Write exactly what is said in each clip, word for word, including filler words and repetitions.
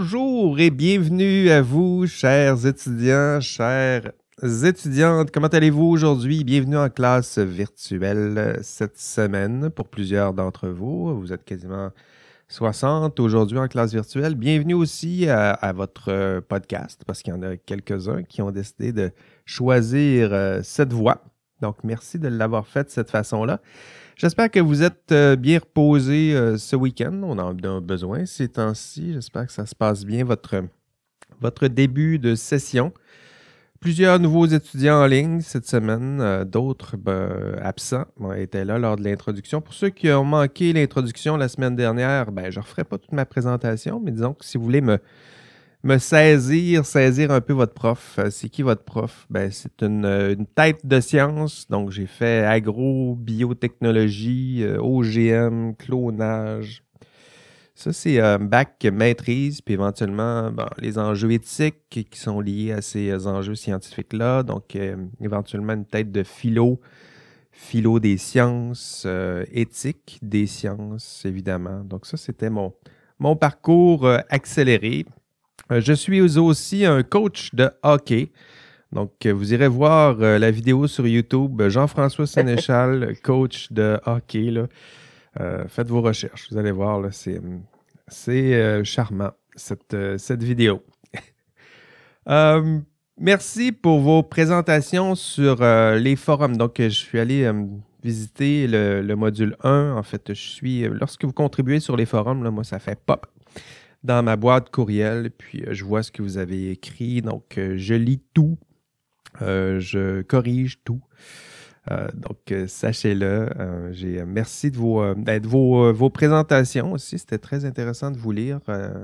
Bonjour et bienvenue à vous, chers étudiants, chères étudiantes. Comment allez-vous aujourd'hui? Bienvenue en classe virtuelle cette semaine pour plusieurs d'entre vous. Vous êtes quasiment soixante aujourd'hui en classe virtuelle. Bienvenue aussi à, à votre podcast parce qu'il y en a quelques-uns qui ont décidé de choisir euh, cette voie. Donc, merci de l'avoir fait de cette façon-là. J'espère que vous êtes euh, bien reposés euh, ce week-end. On en a besoin ces temps-ci. J'espère que ça se passe bien, votre, votre début de session. Plusieurs nouveaux étudiants en ligne cette semaine, euh, d'autres ben, absents bon, étaient là lors de l'introduction. Pour ceux qui ont manqué l'introduction la semaine dernière, ben, je ne referai pas toute ma présentation, mais disons que si vous voulez me, me saisir, saisir un peu votre prof. Euh, c'est qui votre prof? Ben, c'est une, une tête de science. Donc, j'ai fait agro, biotechnologie, euh, O G M, clonage. Ça, c'est un euh, bac maîtrise, puis éventuellement, bon, les enjeux éthiques qui sont liés à ces enjeux scientifiques-là. Donc, euh, éventuellement, une tête de philo, philo des sciences, euh, éthique des sciences, évidemment. Donc, ça, c'était mon, mon parcours euh, accéléré. Euh, je suis aussi un coach de hockey. Donc, euh, vous irez voir euh, la vidéo sur YouTube, Jean-François Sénéchal, coach de hockey, là. Euh, faites vos recherches, vous allez voir, là, c'est, c'est euh, charmant, cette, euh, cette vidéo. euh, merci pour vos présentations sur euh, les forums. Donc, je suis allé euh, visiter le, le module un. En fait, je suis, lorsque vous contribuez sur les forums, là, moi, ça fait pop dans ma boîte courriel, puis euh, je vois ce que vous avez écrit. Donc, euh, je lis tout, euh, je corrige tout. Euh, donc, euh, sachez-le. Euh, j'ai, euh, merci de vos, euh, de vos, euh, vos présentations aussi. C'était très intéressant de vous lire. Euh,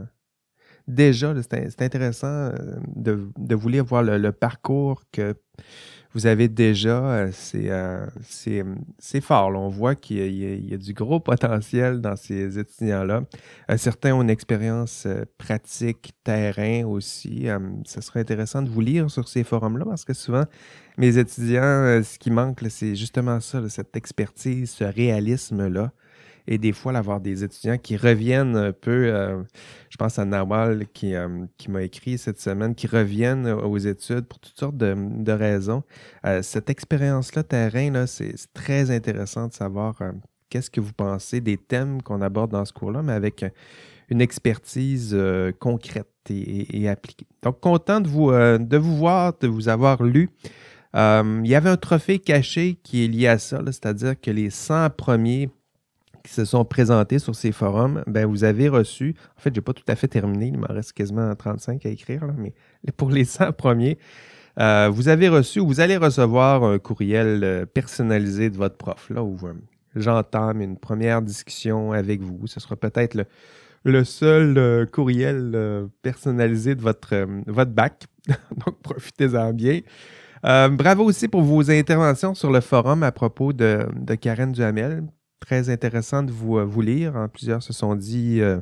déjà, là, c'était, c'était intéressant euh, de, de vous lire, voir le, le parcours que vous avez déjà. Euh, c'est, euh, c'est, c'est fort. Là. On voit qu'il y a, il y a, il y a du gros potentiel dans ces étudiants-là. Euh, certains ont une expérience euh, pratique, terrain aussi. Euh, ce serait intéressant de vous lire sur ces forums-là parce que souvent, mes étudiants, euh, ce qui manque, là, c'est justement ça, là, cette expertise, ce réalisme-là. Et des fois, d'avoir des étudiants qui reviennent un peu, euh, je pense à Nawal qui, euh, qui m'a écrit cette semaine, qui reviennent aux études pour toutes sortes de, de raisons. Euh, cette expérience-là, terrain, là, c'est, c'est très intéressant de savoir euh, qu'est-ce que vous pensez des thèmes qu'on aborde dans ce cours-là, mais avec une expertise euh, concrète et, et, et appliquée. Donc, content de vous, euh, de vous voir, de vous avoir lu. Euh, il y avait un trophée caché qui est lié à ça, là, c'est-à-dire que les cent premiers qui se sont présentés sur ces forums, ben vous avez reçu, en fait, je n'ai pas tout à fait terminé, il m'en reste quasiment trente-cinq à écrire, là, mais pour les cent premiers, euh, vous avez reçu ou vous allez recevoir un courriel euh, personnalisé de votre prof, là, où euh, j'entame une première discussion avec vous. Ce sera peut-être le, le seul euh, courriel euh, personnalisé de votre, euh, votre bac, donc profitez-en bien. Euh, bravo aussi pour vos interventions sur le forum à propos de, de Karen Duhamel. Très intéressant de vous, euh, vous lire. Hein. Plusieurs se sont dit euh,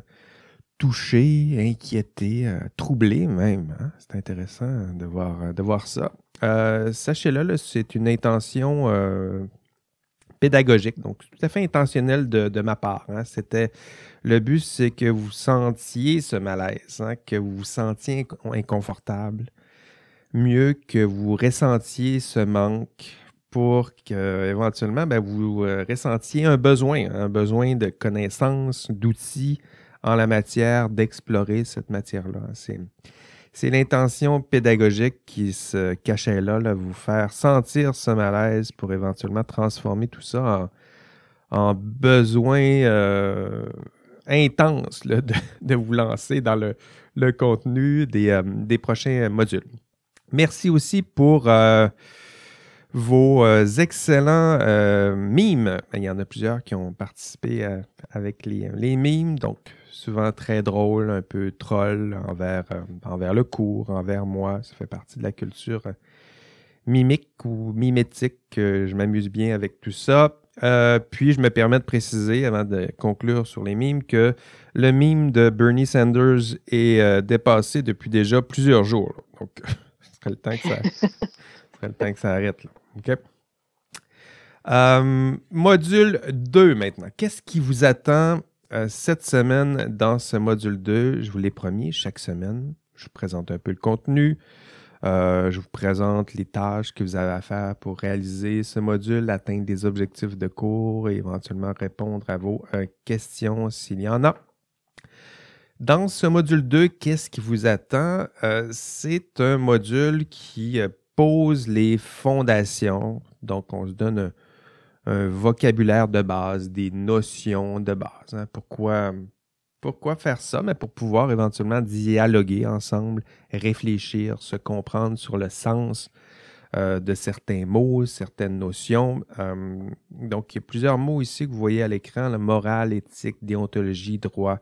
touchés, inquiétés, euh, troublés même. Hein. C'est intéressant de voir, de voir ça. Euh, sachez-le, là, c'est une intention euh, pédagogique, donc tout à fait intentionnelle de, de ma part. Hein. C'était, le but, c'est que vous sentiez ce malaise, hein, que vous vous sentiez inconfortable. Mieux que vous ressentiez ce manque pour que éventuellement ben, vous euh, ressentiez un besoin, un besoin de connaissances, d'outils en la matière, d'explorer cette matière-là. C'est, c'est l'intention pédagogique qui se cachait là, là, vous faire sentir ce malaise pour éventuellement transformer tout ça en, en besoin euh, intense là, de, de vous lancer dans le, le contenu des, euh, des prochains modules. Merci aussi pour euh, vos euh, excellents euh, mimes. Il y en a plusieurs qui ont participé à, avec les, les mimes, donc souvent très drôles, un peu troll envers, euh, envers le cours, envers moi. Ça fait partie de la culture euh, mimique ou mimétique. Euh, je m'amuse bien avec tout ça. Euh, puis, je me permets de préciser, avant de conclure sur les mimes, que le mime de Bernie Sanders est euh, dépassé depuis déjà plusieurs jours. Donc, ce serait le temps que ça, ce serait le temps que ça arrête. Là. OK? Euh, module deux maintenant. Qu'est-ce qui vous attend Euh, cette semaine, dans ce module deux, je vous l'ai promis, chaque semaine, je vous présente un peu le contenu. Euh, je vous présente les tâches que vous avez à faire pour réaliser ce module, atteindre des objectifs de cours et éventuellement répondre à vos euh, questions s'il y en a. Dans ce module deux, qu'est-ce qui vous attend? Euh, c'est un module qui euh, pose les fondations. Donc, on se donne un, un vocabulaire de base, des notions de base. Hein. Pourquoi, pourquoi faire ça? Mais pour pouvoir éventuellement dialoguer ensemble, réfléchir, se comprendre sur le sens euh, de certains mots, certaines notions. Euh, donc, il y a plusieurs mots ici que vous voyez à l'écran, la morale, éthique, déontologie, droit,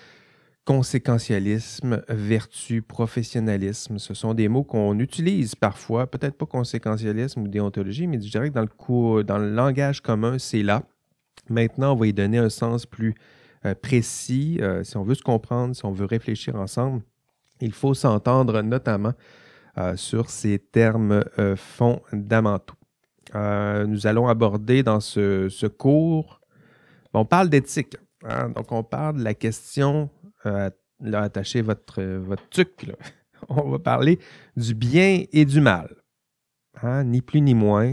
conséquentialisme, vertu, professionnalisme. Ce sont des mots qu'on utilise parfois, peut-être pas conséquentialisme ou déontologie, mais je dirais que dans le, cours, dans le langage commun, c'est là. Maintenant, on va y donner un sens plus euh, précis. Euh, si on veut se comprendre, si on veut réfléchir ensemble, il faut s'entendre notamment euh, sur ces termes euh, fondamentaux. Euh, nous allons aborder dans ce, ce cours, on parle d'éthique. Hein? Donc, on parle de la question, euh, là, attachez votre, votre tuc, là. On va parler du bien et du mal. Hein? Ni plus ni moins.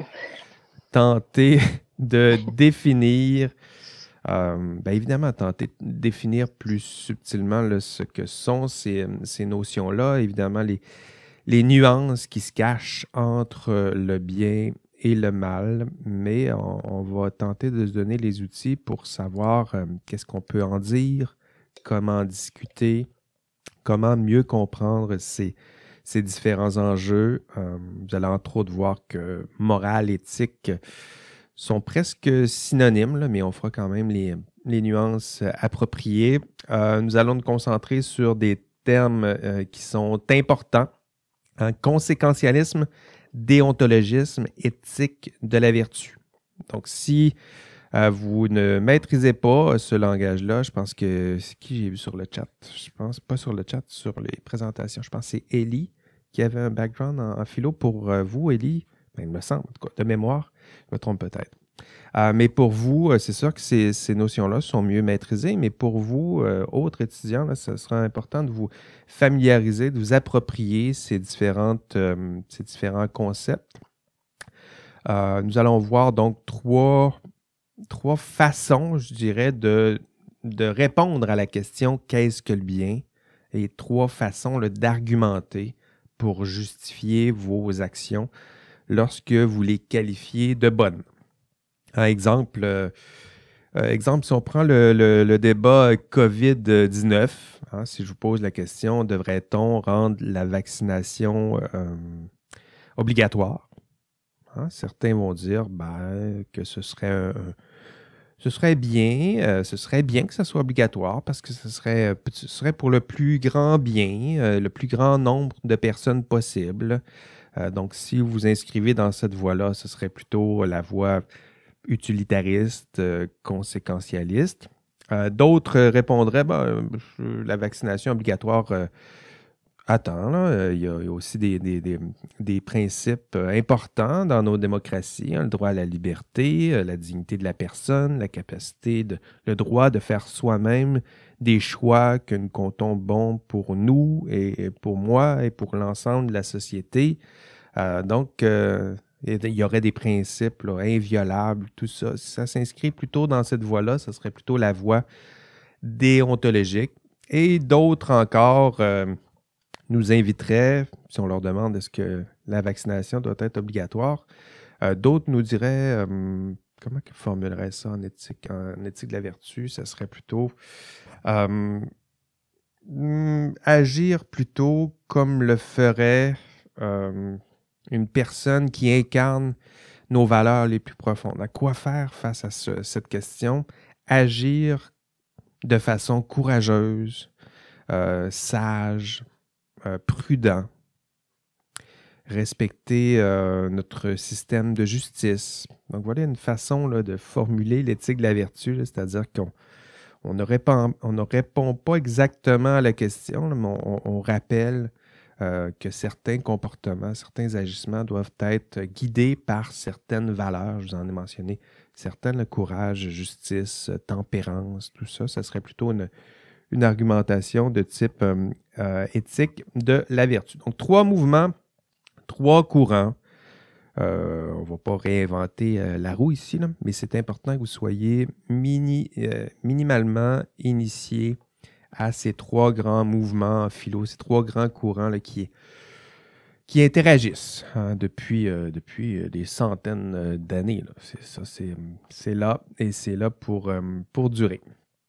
Tenter de définir, euh, bien évidemment, tenter de définir plus subtilement là, ce que sont ces, ces notions-là. Évidemment, les, les nuances qui se cachent entre le bien et le mal, mais on, on va tenter de se donner les outils pour savoir euh, qu'est-ce qu'on peut en dire, comment discuter, comment mieux comprendre ces, ces différents enjeux. Euh, vous allez entre autres voir que morale, éthique sont presque synonymes, là, mais on fera quand même les, les nuances appropriées. Euh, nous allons nous concentrer sur des termes euh, qui sont importants. Hein, conséquentialisme, déontologisme, éthique de la vertu. Donc, si euh, vous ne maîtrisez pas ce langage-là, je pense que c'est qui j'ai vu sur le chat? Je pense pas sur le chat, sur les présentations. Je pense que c'est Élie qui avait un background en, en philo. Pour euh, vous, Élie, ben, il me semble, en tout cas, de mémoire, je me trompe peut-être. Euh, mais pour vous, euh, c'est sûr que ces, ces notions-là sont mieux maîtrisées, mais pour vous, euh, autres étudiants, là, ce sera important de vous familiariser, de vous approprier ces, différentes, euh, ces différents concepts. Euh, nous allons voir donc trois, trois façons, je dirais, de, de répondre à la question « Qu'est-ce que le bien ?» et trois façons là, d'argumenter pour justifier vos actions lorsque vous les qualifiez de bonnes. Un exemple, euh, euh, exemple, si on prend le, le, le débat covid dix-neuf, hein, si je vous pose la question, devrait-on rendre la vaccination euh, obligatoire? Hein, certains vont dire ben, que ce serait, un, ce serait bien, euh, ce serait bien que ce soit obligatoire parce que ce serait, ce serait pour le plus grand bien, euh, le plus grand nombre de personnes possible. Euh, donc, si vous vous inscrivez dans cette voie-là, ce serait plutôt la voie utilitariste, euh, conséquentialiste. Euh, d'autres répondraient, ben, euh, la vaccination obligatoire, euh, attends, là, euh, il, y a, il y a aussi des, des, des, des principes euh, importants dans nos démocraties, hein, le droit à la liberté, euh, la dignité de la personne, la capacité, de, le droit de faire soi-même des choix que nous comptons bons pour nous et, et pour moi et pour l'ensemble de la société. Euh, donc, euh, il y aurait des principes là, inviolables, tout ça. Si ça s'inscrit plutôt dans cette voie-là, ce serait plutôt la voie déontologique. Et d'autres encore euh, nous inviteraient, si on leur demande est-ce que la vaccination doit être obligatoire, euh, d'autres nous diraient, euh, comment ils formuleraient ça en éthique, en éthique de la vertu, ça serait plutôt euh, hum, agir plutôt comme le ferait euh, une personne qui incarne nos valeurs les plus profondes. À quoi faire face à ce, cette question? Agir de façon courageuse, euh, sage, euh, prudent, respecter euh, notre système de justice. Donc voilà une façon là, de formuler l'éthique de la vertu, là, c'est-à-dire qu'on on ne, répond, on ne répond pas exactement à la question, là, mais on, on rappelle euh, que certains comportements, certains agissements doivent être guidés par certaines valeurs. Je vous en ai mentionné certaines, le courage, justice, tempérance, tout ça. Ça serait plutôt une, une argumentation de type euh, euh, éthique de la vertu. Donc, trois mouvements, trois courants. Euh, on ne va pas réinventer euh, la roue ici, là, mais c'est important que vous soyez mini, euh, minimalement initié à ces trois grands mouvements philo, ces trois grands courants là, qui, qui interagissent hein, depuis, euh, depuis des centaines d'années. Là. C'est ça, c'est, c'est là et c'est là pour, euh, pour durer.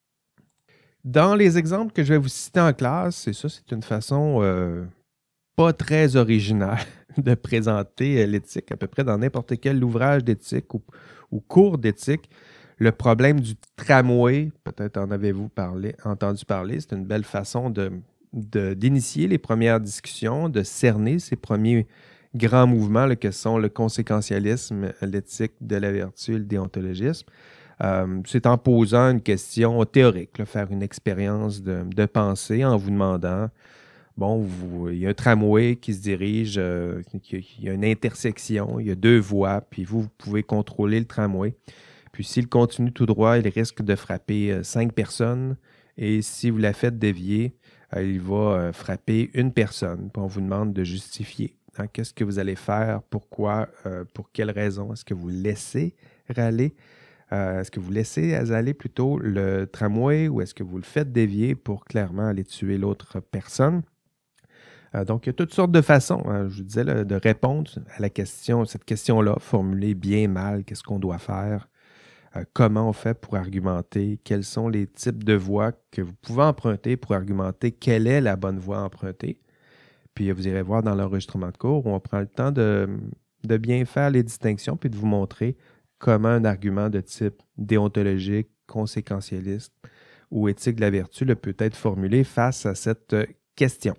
Dans les exemples que je vais vous citer en classe, et ça, c'est une façon euh, pas très originale de présenter l'éthique, à peu près dans n'importe quel ouvrage d'éthique ou, ou cours d'éthique. Le problème du tramway, peut-être en avez-vous parlé, entendu parler, c'est une belle façon de, de, d'initier les premières discussions, de cerner ces premiers grands mouvements là, que sont le conséquentialisme, l'éthique de la vertu et le déontologisme. Euh, c'est en posant une question théorique, là, faire une expérience de, de pensée en vous demandant bon, vous, il y a un tramway qui se dirige, euh, il y a une intersection, il y a deux voies, puis vous, vous pouvez contrôler le tramway. Puis s'il continue tout droit, il risque de frapper euh, cinq personnes. Et si vous la faites dévier, euh, il va euh, frapper une personne. Puis on vous demande de justifier. Hein, qu'est-ce que vous allez faire? Pourquoi? Euh, pour quelle raison? Est-ce que vous laissez râler? Euh, est-ce que vous laissez aller plutôt le tramway ou est-ce que vous le faites dévier pour clairement aller tuer l'autre personne? Euh, donc, il y a toutes sortes de façons, hein, je vous disais, là, de répondre à la question, cette question-là, formulée bien mal, qu'est-ce qu'on doit faire, euh, comment on fait pour argumenter, quels sont les types de voies que vous pouvez emprunter pour argumenter quelle est la bonne voie à emprunter. Puis, vous irez voir dans l'enregistrement de cours où on prend le temps de, de bien faire les distinctions puis de vous montrer comment un argument de type déontologique, conséquentialiste ou éthique de la vertu là, peut être formulé face à cette question.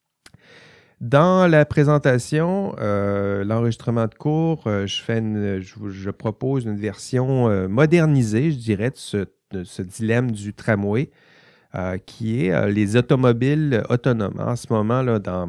Dans la présentation, euh, l'enregistrement de cours, euh, je, fais une, je, je propose une version euh, modernisée, je dirais, de ce, de ce dilemme du tramway, euh, qui est euh, les automobiles autonomes. En ce moment, là, dans,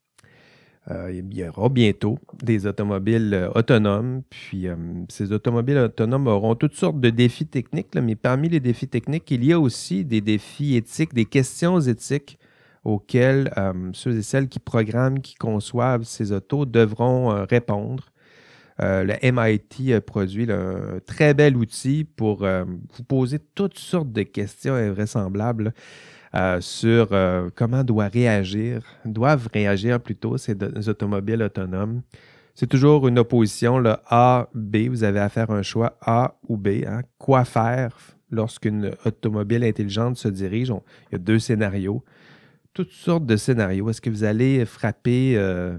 euh, il y aura bientôt des automobiles euh, autonomes, puis euh, ces automobiles autonomes auront toutes sortes de défis techniques, là, mais parmi les défis techniques, il y a aussi des défis éthiques, des questions éthiques auxquels euh, ceux et celles qui programment, qui conçoivent ces autos devront euh, répondre. Euh, le M I T a produit là, un très bel outil pour euh, vous poser toutes sortes de questions invraisemblables euh, sur euh, comment doit réagir, doivent réagir plutôt ces, ces automobiles autonomes. C'est toujours une opposition, là, A, B. Vous avez à faire un choix A ou B. Hein. Quoi faire lorsqu'une automobile intelligente se dirige? On, il y a deux scénarios. Toutes sortes de scénarios. Est-ce que vous allez frapper euh,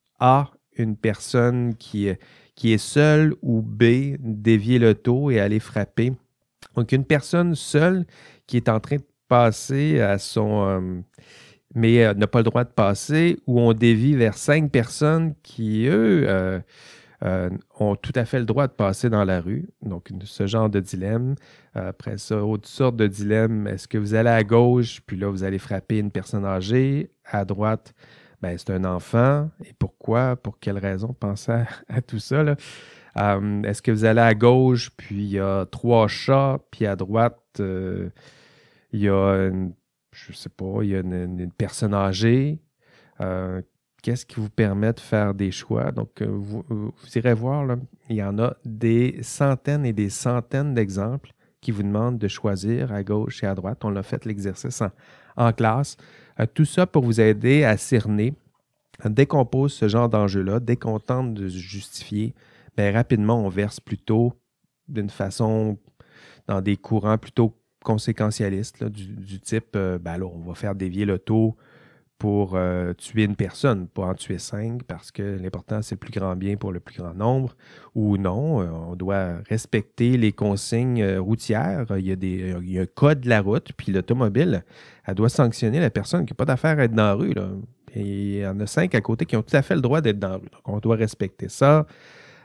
A, une personne qui, qui est seule, ou B, dévier l'auto et aller frapper? Donc, une personne seule qui est en train de passer à son... Euh, mais euh, n'a pas le droit de passer, ou on dévie vers cinq personnes qui, eux, euh, euh, ont tout à fait le droit de passer dans la rue. Donc, ce genre de dilemme. Après ça, autre sorte de dilemme. Est-ce que vous allez à gauche, puis là, vous allez frapper une personne âgée? À droite, ben, c'est un enfant. Et pourquoi? Pour quelle raison? Pensez à, à tout ça, là. Euh, est-ce que vous allez à gauche, puis il y a trois chats, puis à droite, euh, il y a une, je sais pas, il y a une, une personne âgée? Euh, Qu'est-ce qui vous permet de faire des choix? Donc, vous, vous irez voir, là, il y en a des centaines et des centaines d'exemples qui vous demandent de choisir à gauche et à droite. On a fait l'exercice en, en classe. Euh, tout ça pour vous aider à cerner. Dès qu'on pose ce genre d'enjeu-là, dès qu'on tente de se justifier, bien, rapidement, on verse plutôt d'une façon, dans des courants plutôt conséquentialistes, là, du, du type, euh, ben là, on va faire dévier l'auto pour euh, tuer une personne, pas en tuer cinq, parce que l'important, c'est le plus grand bien pour le plus grand nombre. Ou non, euh, on doit respecter les consignes euh, routières. Il y a des, il y a un code de la route, puis l'automobile, elle doit sanctionner la personne qui n'a pas d'affaire à être dans la rue, là. Et il y en a cinq à côté qui ont tout à fait le droit d'être dans la rue. Donc, on doit respecter ça.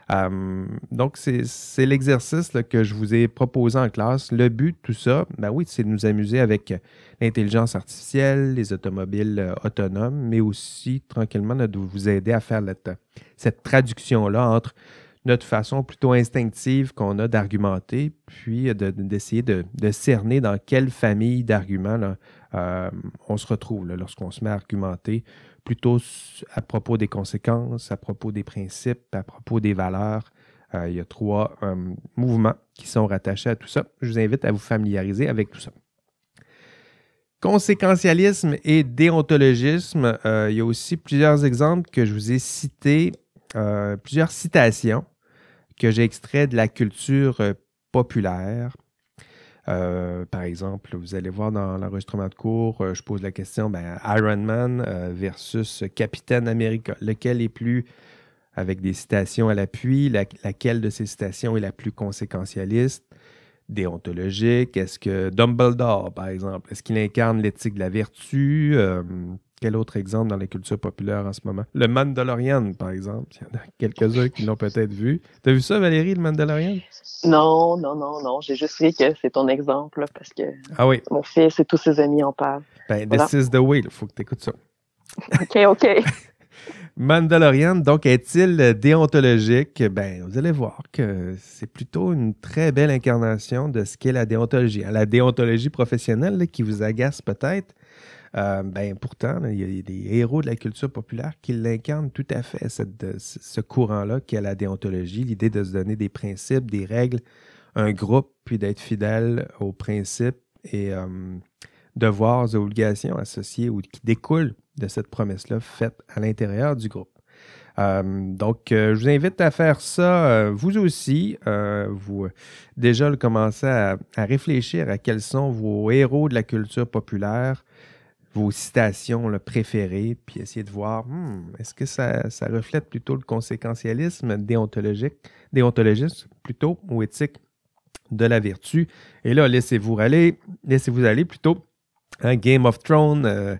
Euh, donc, c'est, c'est l'exercice là, que je vous ai proposé en classe. Le but de tout ça, ben oui, c'est de nous amuser avec l'intelligence artificielle, les automobiles euh, autonomes, mais aussi, tranquillement, de vous aider à faire cette, cette traduction-là entre notre façon plutôt instinctive qu'on a d'argumenter, puis de, d'essayer de, de cerner dans quelle famille d'arguments là, euh, on se retrouve là, lorsqu'on se met à argumenter, plutôt à propos des conséquences, à propos des principes, à propos des valeurs. Euh, il y a trois euh, mouvements qui sont rattachés à tout ça. Je vous invite à vous familiariser avec tout ça. Conséquentialisme et déontologisme, euh, il y a aussi plusieurs exemples que je vous ai cités, euh, plusieurs citations que j'ai extraits de la culture euh, populaire. Euh, par exemple, vous allez voir dans l'enregistrement de cours, euh, je pose la question, ben, Iron Man euh, versus Capitaine America. Lequel est plus, avec des citations à l'appui, la, laquelle de ces citations est la plus conséquentialiste, déontologique? Est-ce que Dumbledore, par exemple, est-ce qu'il incarne l'éthique de la vertu? Euh, quel autre exemple dans la culture populaire en ce moment? Le Mandalorian, par exemple. Il y en a quelques-uns qui l'ont peut-être vu. T'as vu ça, Valérie, le Mandalorian? Non, non, non, non. J'ai juste dit que c'est ton exemple là, parce que ah oui. mon fils et tous ses amis en parlent. Ben, voilà. This is the way. Il faut que tu écoutes ça. OK, OK. Mandalorian, donc, est-il déontologique? Ben, vous allez voir que c'est plutôt une très belle incarnation de ce qu'est la déontologie. La déontologie professionnelle là, qui vous agace peut-être, euh, ben, pourtant, il y a des héros de la culture populaire qui l'incarnent tout à fait, cette, de, ce courant-là qu'est la déontologie, l'idée de se donner des principes, des règles, un groupe, puis d'être fidèle aux principes et euh, devoirs et obligations associées ou qui découlent de cette promesse-là faite à l'intérieur du groupe. Euh, donc, euh, je vous invite à faire ça, euh, vous aussi. Euh, vous déjà là, commencez à, à réfléchir à quels sont vos héros de la culture populaire, vos citations là, préférées, puis essayer de voir, hmm, est-ce que ça, ça reflète plutôt le conséquentialisme déontologique, déontologiste plutôt, ou éthique de la vertu. Et là, laissez-vous aller, laissez-vous aller plutôt. Hein, Game of Thrones, euh,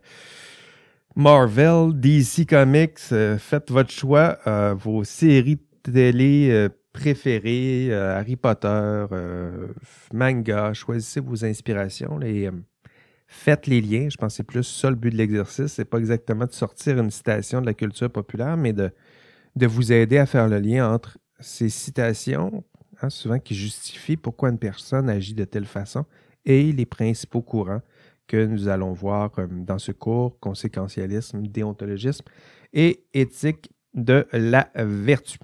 Marvel, D C Comics, euh, faites votre choix, euh, vos séries télé euh, préférées, euh, Harry Potter, euh, manga, choisissez vos inspirations et euh, faites les liens. Je pense que c'est plus ça le but de l'exercice. C'est pas exactement de sortir une citation de la culture populaire, mais de, de vous aider à faire le lien entre ces citations, hein, souvent qui justifient pourquoi une personne agit de telle façon, et les principaux courants que nous allons voir euh, dans ce cours, conséquentialisme, déontologisme et éthique de la vertu.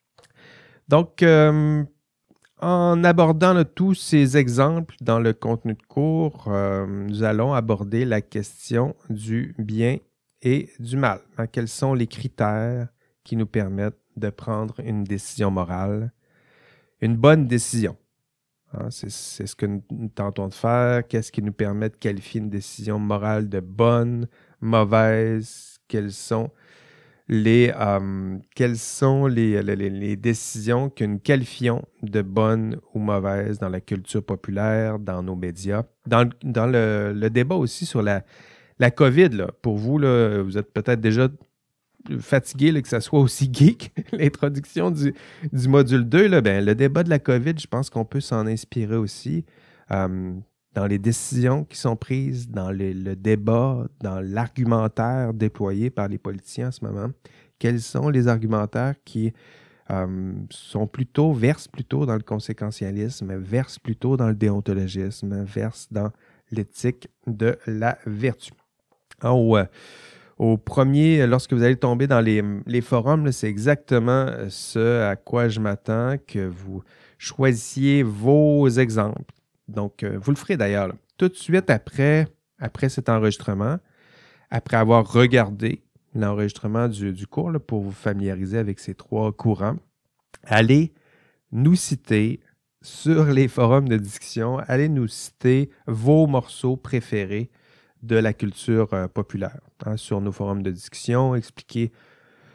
Donc, euh, en abordant là, tous ces exemples dans le contenu de cours, euh, nous allons aborder la question du bien et du mal. Hein, quels sont les critères qui nous permettent de prendre une décision morale, une bonne décision? Hein, c'est, c'est ce que nous, nous tentons de faire. Qu'est-ce qui nous permet de qualifier une décision morale de bonne, mauvaise? Quelles sont les, euh, quelles sont les, les, les décisions que nous qualifions de bonnes ou mauvaises dans la culture populaire, dans nos médias? Dans, dans le, le débat aussi sur la, la COVID, là, pour vous, là, vous êtes peut-être déjà fatigué là, que ça soit aussi geek, l'introduction du, du module deux, là, ben, le débat de la COVID, je pense qu'on peut s'en inspirer aussi euh, dans les décisions qui sont prises, dans les, le débat, dans l'argumentaire déployé par les politiciens en ce moment. Quels sont les argumentaires qui euh, sont plutôt, versent plutôt dans le conséquentialisme, versent plutôt dans le déontologisme, versent dans l'éthique de la vertu. Oh, euh, Au premier, lorsque vous allez tomber dans les, les forums, là, c'est exactement ce à quoi je m'attends, que vous choisissiez vos exemples. Donc, euh, vous le ferez d'ailleurs là, tout de suite après, après cet enregistrement, après avoir regardé l'enregistrement du, du cours là, pour vous familiariser avec ces trois courants. Allez nous citer sur les forums de discussion, allez nous citer vos morceaux préférés de la culture euh, populaire. Hein, sur nos forums de discussion, expliquer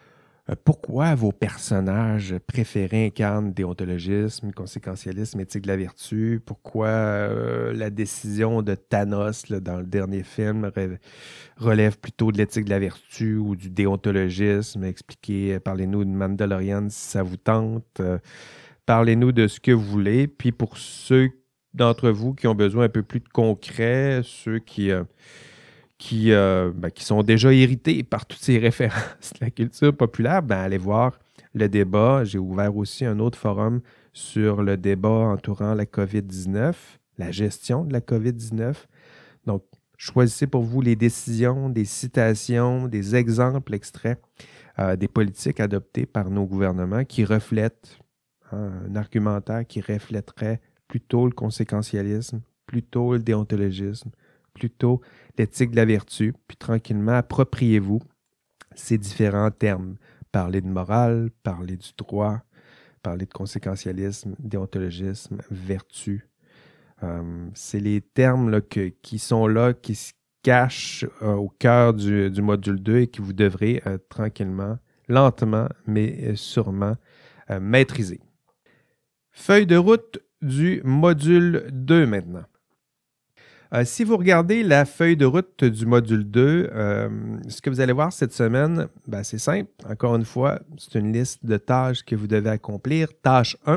Euh, pourquoi vos personnages préférés incarnent déontologisme, conséquentialisme, éthique de la vertu? Pourquoi euh, la décision de Thanos là, dans le dernier film re- relève plutôt de l'éthique de la vertu ou du déontologisme? Expliquez, parlez-nous de Mandalorian si ça vous tente. Euh, parlez-nous de ce que vous voulez. Puis pour ceux d'entre vous qui ont besoin un peu plus de concret, ceux qui... euh, qui, euh, ben, qui sont déjà irrités par toutes ces références de la culture populaire, ben, allez voir le débat. J'ai ouvert aussi un autre forum sur le débat entourant la covid dix-neuf, la gestion de la covid dix-neuf. Donc, choisissez pour vous les décisions, des citations, des exemples extraits euh, des politiques adoptées par nos gouvernements qui reflètent hein, un argumentaire qui reflèterait plutôt le conséquentialisme, plutôt le déontologisme, plutôt l'éthique de la vertu, puis tranquillement, appropriez-vous ces différents termes. Parler de morale, parler du droit, parler de conséquentialisme, déontologisme, vertu. Euh, c'est les termes là, que, qui sont là, qui se cachent euh, au cœur du, du module deux et que vous devrez euh, tranquillement, lentement, mais sûrement euh, maîtriser. Feuille de route du module deux maintenant. Euh, si vous regardez la feuille de route du module deux, euh, ce que vous allez voir cette semaine, ben, c'est simple. Encore une fois, c'est une liste de tâches que vous devez accomplir. Tâche un,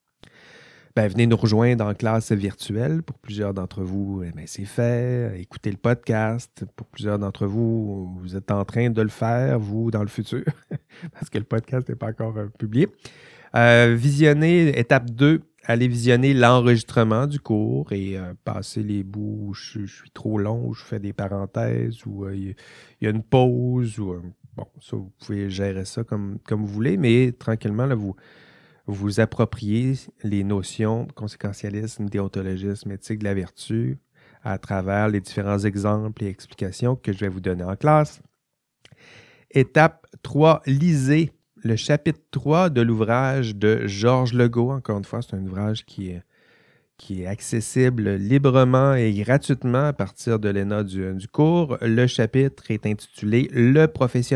ben, venez nous rejoindre en classe virtuelle. Pour plusieurs d'entre vous, eh ben, c'est fait. Écoutez le podcast. Pour plusieurs d'entre vous, vous êtes en train de le faire, vous, dans le futur, parce que le podcast n'est pas encore euh, publié. Euh, visionnez étape deux. Allez visionner l'enregistrement du cours et euh, passer les bouts où je, je suis trop long, où je fais des parenthèses, où il euh, y, y a une pause. Ou, euh, bon, ça, vous pouvez gérer ça comme, comme vous voulez, mais tranquillement, là, vous vous appropriez les notions de conséquentialisme, déontologisme, éthique de la vertu à travers les différents exemples et explications que je vais vous donner en classe. Étape trois, lisez le chapitre trois de l'ouvrage de Georges Legault. Encore une fois, c'est un ouvrage qui est, qui est accessible librement et gratuitement à partir de l'E N A du, du cours. Le chapitre est intitulé « Le professionnalisme ».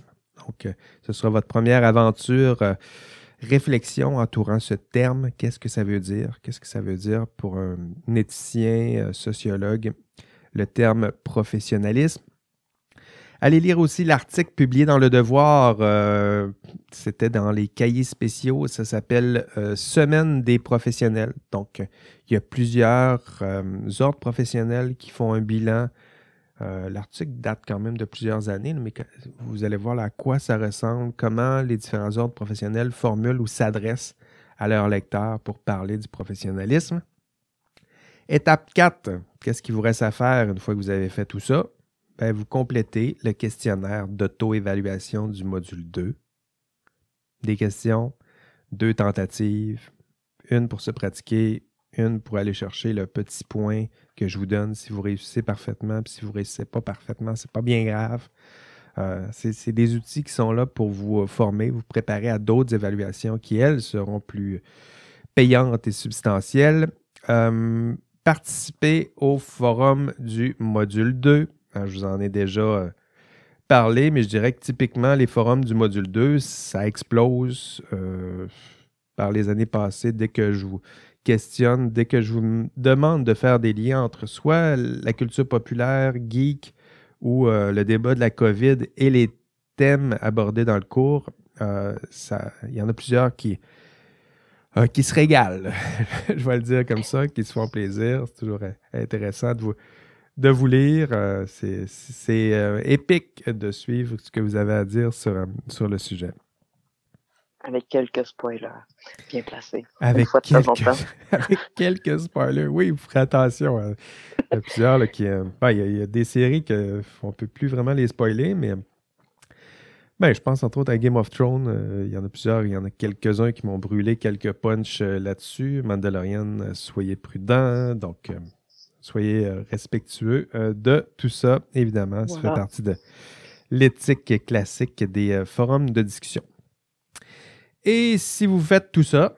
Donc, ce sera votre première aventure, euh, réflexion entourant ce terme. Qu'est-ce que ça veut dire? Qu'est-ce que ça veut dire pour un éthicien, euh, sociologue, le terme « professionnalisme ». Allez lire aussi l'article publié dans Le Devoir. Euh, c'était dans les cahiers spéciaux. Ça s'appelle euh, « Semaine des professionnels ». Donc, il y a plusieurs euh, ordres professionnels qui font un bilan. Euh, l'article date quand même de plusieurs années, mais vous allez voir là, à quoi ça ressemble, comment les différents ordres professionnels formulent ou s'adressent à leurs lecteurs pour parler du professionnalisme. Étape quatre, qu'est-ce qu'il vous reste à faire une fois que vous avez fait tout ça? Ben, vous complétez le questionnaire d'auto-évaluation du module deux. Des questions, deux tentatives, une pour se pratiquer, une pour aller chercher le petit point que je vous donne si vous réussissez parfaitement, puis si vous ne réussissez pas parfaitement, c'est pas bien grave. Euh, c'est, c'est des outils qui sont là pour vous former, vous préparer à d'autres évaluations qui, elles, seront plus payantes et substantielles. Euh, participez au forum du module deux. Je vous en ai déjà euh, parlé, mais je dirais que typiquement, les forums du module deux, ça explose euh, par les années passées. Dès que je vous questionne, dès que je vous demande de faire des liens entre soit la culture populaire, geek, ou euh, le débat de la COVID et les thèmes abordés dans le cours, euh, ça, il y en a plusieurs qui, euh, qui se régalent, je vais le dire comme ça, qui se font plaisir. C'est toujours intéressant de vous de vous lire. Euh, c'est c'est euh, épique de suivre ce que vous avez à dire sur, euh, sur le sujet. Avec quelques spoilers bien placés. Avec, une fois de quelques, temps en temps. avec quelques spoilers. Oui, vous ferez attention. Hein. Il y a plusieurs là, qui... Euh, ben, il, y a, il y a des séries qu'on ne peut plus vraiment les spoiler, mais ben, je pense entre autres à Game of Thrones. Euh, il y en a plusieurs. Il y en a quelques-uns qui m'ont brûlé quelques punchs euh, là-dessus. Mandalorian, euh, soyez prudents. Donc... Euh, Soyez euh, respectueux euh, de tout ça, évidemment. Ça voilà. fait partie de l'éthique classique des euh, forums de discussion. Et si vous faites tout ça,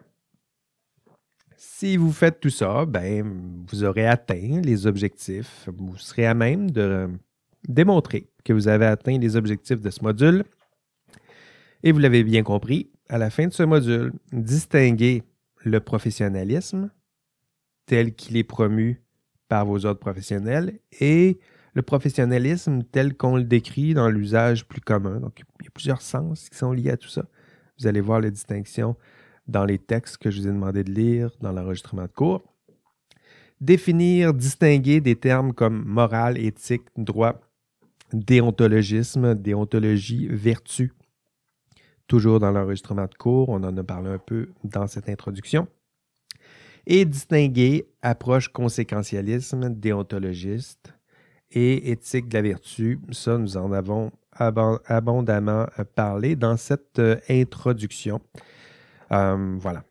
si vous faites tout ça, ben, vous aurez atteint les objectifs. Vous serez à même de euh, démontrer que vous avez atteint les objectifs de ce module. Et vous l'avez bien compris, à la fin de ce module, distinguez le professionnalisme tel qu'il est promu par vos ordres professionnels et le professionnalisme tel qu'on le décrit dans l'usage plus commun. Donc, il y a plusieurs sens qui sont liés à tout ça. Vous allez voir les distinctions dans les textes que je vous ai demandé de lire dans l'enregistrement de cours. Définir, distinguer des termes comme morale, éthique, droit, déontologisme, déontologie, vertu. Toujours dans l'enregistrement de cours, on en a parlé un peu dans cette introduction. Et distinguer approche conséquentialisme, déontologiste et éthique de la vertu. Ça, nous en avons ab- abondamment parlé dans cette euh, introduction. Euh, voilà.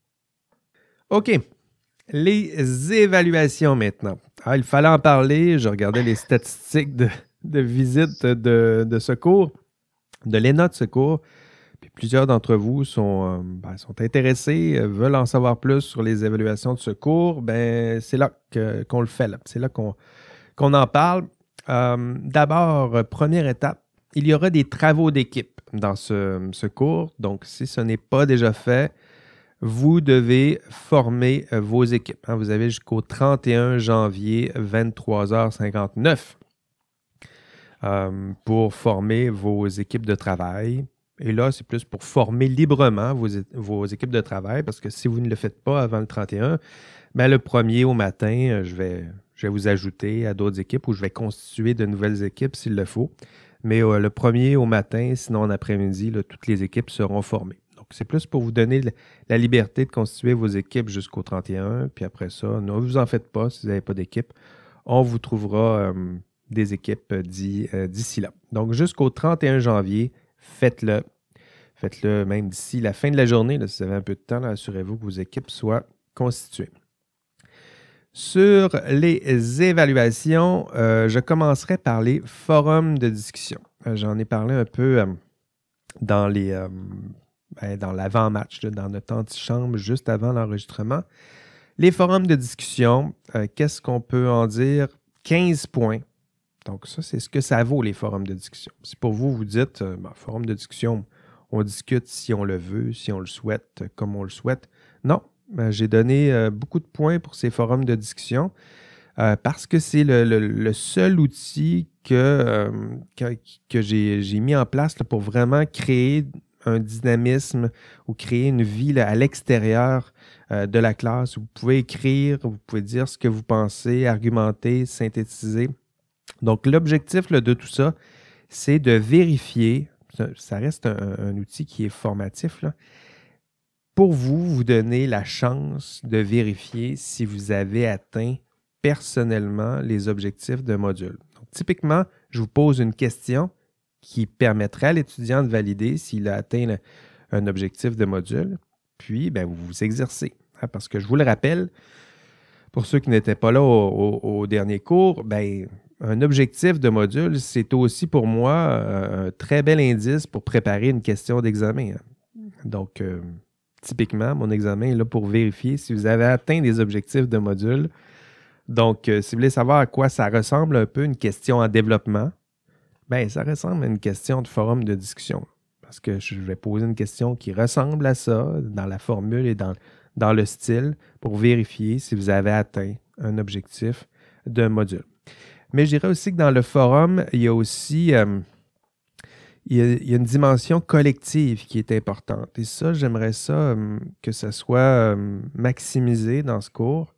OK. Les évaluations maintenant. Ah, il fallait en parler. Je regardais les statistiques de, de visite de, de ce cours, de l'E N A de ce cours. Puis plusieurs d'entre vous sont, euh, ben, sont intéressés, euh, veulent en savoir plus sur les évaluations de ce cours. Ben, c'est là que, qu'on le fait. Là. C'est là qu'on, qu'on en parle. Euh, d'abord, première étape, il y aura des travaux d'équipe dans ce, ce cours. Donc, si ce n'est pas déjà fait, vous devez former euh, vos équipes. Hein. Vous avez jusqu'au trente et un janvier, vingt-trois heures cinquante-neuf, euh, pour former vos équipes de travail. Et là, c'est plus pour former librement vos, vos équipes de travail, parce que si vous ne le faites pas avant le trente et un, ben le premier au matin, je vais, je vais vous ajouter à d'autres équipes ou je vais constituer de nouvelles équipes s'il le faut. Mais euh, le premier au matin, sinon en après-midi, là, toutes les équipes seront formées. Donc, c'est plus pour vous donner la liberté de constituer vos équipes jusqu'au trente et un. Puis après ça, ne vous en faites pas si vous n'avez pas d'équipe. On vous trouvera euh, des équipes d'ici, euh, d'ici là. Donc, jusqu'au trente et un janvier, faites-le. Faites-le même d'ici la fin de la journée. Là, si vous avez un peu de temps, là, assurez-vous que vos équipes soient constituées. Sur les évaluations, euh, je commencerai par les forums de discussion. Euh, j'en ai parlé un peu euh, dans, les, euh, ben, dans l'avant-match, là, dans notre antichambre, juste avant l'enregistrement. Les forums de discussion, euh, qu'est-ce qu'on peut en dire? quinze points. Donc ça, c'est ce que ça vaut, les forums de discussion. Si pour vous, vous dites, euh, ben, forum de discussion, on discute si on le veut, si on le souhaite, comme on le souhaite. Non, ben, j'ai donné euh, beaucoup de points pour ces forums de discussion euh, parce que c'est le, le, le seul outil que, euh, que, que j'ai, j'ai mis en place là, pour vraiment créer un dynamisme ou créer une vie là, à l'extérieur euh, de la classe. Vous pouvez écrire, vous pouvez dire ce que vous pensez, argumenter, synthétiser. Donc, l'objectif là, de tout ça, c'est de vérifier, ça, ça reste un, un outil qui est formatif, là, pour vous, vous donner la chance de vérifier si vous avez atteint personnellement les objectifs de module. Donc, typiquement, je vous pose une question qui permettrait à l'étudiant de valider s'il a atteint le, un objectif de module, puis ben, vous vous exercez. Hein, parce que je vous le rappelle, pour ceux qui n'étaient pas là au, au, au dernier cours, ben, un objectif de module, c'est aussi pour moi un très bel indice pour préparer une question d'examen. Donc, euh, typiquement, mon examen est là pour vérifier si vous avez atteint des objectifs de module. Donc, euh, si vous voulez savoir à quoi ça ressemble un peu une question en développement, bien, ça ressemble à une question de forum de discussion. Parce que je vais poser une question qui ressemble à ça dans la formule et dans, dans le style pour vérifier si vous avez atteint un objectif de module. Mais je dirais aussi que dans le forum, il y a aussi euh, il, y a, il y a une dimension collective qui est importante. Et ça, j'aimerais ça euh, que ça soit euh, maximisé dans ce cours.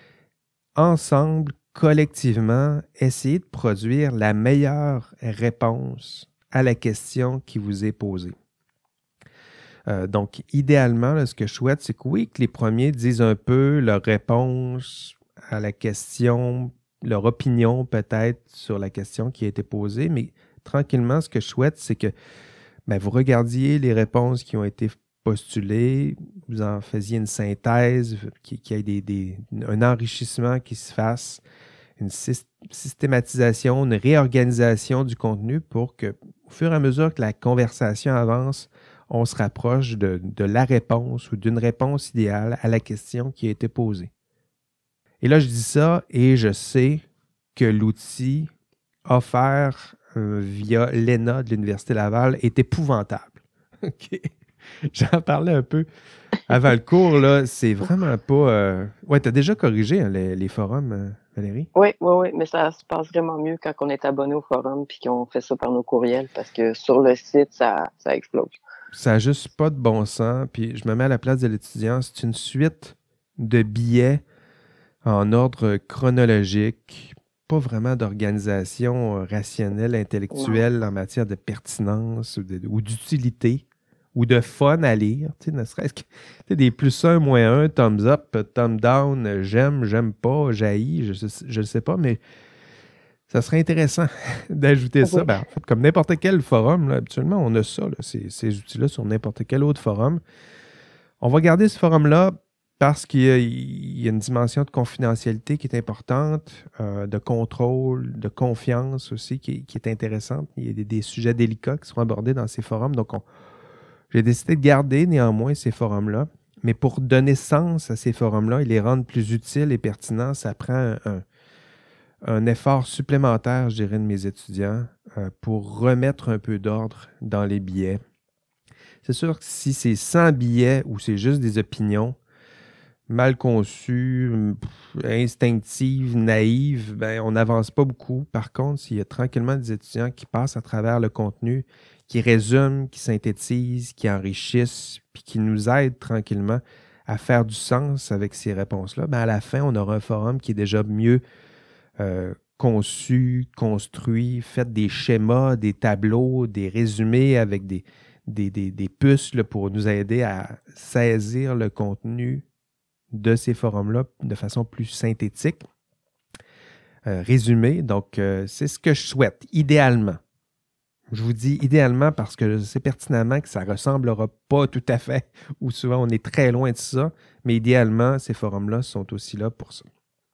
Ensemble, collectivement, essayez de produire la meilleure réponse à la question qui vous est posée. Euh, donc, idéalement, là, ce que je souhaite, c'est que oui, que les premiers disent un peu leur réponse à la question, leur opinion peut-être sur la question qui a été posée, mais tranquillement, ce que je souhaite, c'est que ben, vous regardiez les réponses qui ont été postulées, vous en faisiez une synthèse, qu'il y ait des, des, un enrichissement qui se fasse, une systématisation, une réorganisation du contenu pour que, au fur et à mesure que la conversation avance, on se rapproche de, de la réponse ou d'une réponse idéale à la question qui a été posée. Et là, je dis ça et je sais que l'outil offert euh, via l'E N A de l'Université Laval est épouvantable. OK. J'en parlais un peu avant le cours, là. C'est vraiment pas... Euh... Ouais, t'as déjà corrigé hein, les, les forums, euh, Valérie? Oui, oui, oui, mais ça se passe vraiment mieux quand on est abonné au forum puis qu'on fait ça par nos courriels parce que sur le site, ça, ça explose. Ça n'a juste pas de bon sens. Puis je me mets à la place de l'étudiant. C'est une suite de billets en ordre chronologique, pas vraiment d'organisation rationnelle, intellectuelle Non. en matière de pertinence ou, de, ou d'utilité ou de fun à lire. Tu sais, ne serait-ce que tu sais, des plus un, moins un, thumbs up, thumb down, j'aime, j'aime pas, j'haïs, je ne sais pas, mais ça serait intéressant d'ajouter ça. Oui. Ben, en fait, comme n'importe quel forum, là, habituellement, on a ça, là, ces, ces outils-là sur n'importe quel autre forum. On va garder ce forum-là parce qu'il y a, il y a une dimension de confidentialité qui est importante, euh, de contrôle, de confiance aussi qui, qui est intéressante. Il y a des, des sujets délicats qui seront abordés dans ces forums. Donc, on, j'ai décidé de garder néanmoins ces forums-là. Mais pour donner sens à ces forums-là et les rendre plus utiles et pertinents, ça prend un, un effort supplémentaire, je dirais, de mes étudiants euh, pour remettre un peu d'ordre dans les billets. C'est sûr que si c'est cent billets ou c'est juste des opinions mal conçues, instinctives, naïves, ben, on n'avance pas beaucoup. Par contre, s'il y a tranquillement des étudiants qui passent à travers le contenu, qui résument, qui synthétisent, qui enrichissent, puis qui nous aident tranquillement à faire du sens avec ces réponses-là, ben, à la fin, on aura un forum qui est déjà mieux euh, conçu, construit, fait des schémas, des tableaux, des résumés avec des Des, des, des puces là, pour nous aider à saisir le contenu de ces forums-là de façon plus synthétique, euh, résumé. Donc, euh, c'est ce que je souhaite, idéalement. Je vous dis idéalement parce que je sais pertinemment que ça ne ressemblera pas tout à fait, ou souvent on est très loin de ça, mais idéalement, ces forums-là sont aussi là pour ça.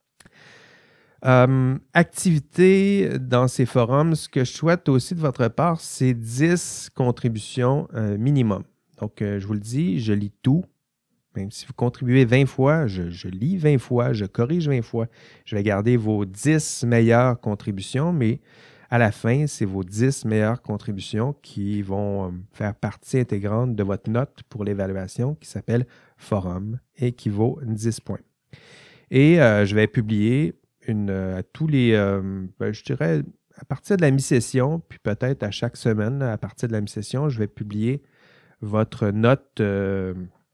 Euh, activité dans ces forums, ce que je souhaite aussi de votre part, c'est dix contributions euh, minimum. Donc, euh, je vous le dis, je lis tout. Même si vous contribuez vingt fois, je, je lis vingt fois, je corrige vingt fois. Je vais garder vos dix meilleures contributions, mais à la fin, c'est vos dix meilleures contributions qui vont faire partie intégrante de votre note pour l'évaluation qui s'appelle Forum et qui vaut dix points. Et euh, je vais publier Une, à tous les, euh, ben, je dirais, à partir de la mi-session, puis peut-être à chaque semaine, à partir de la mi-session, je vais publier votre note euh,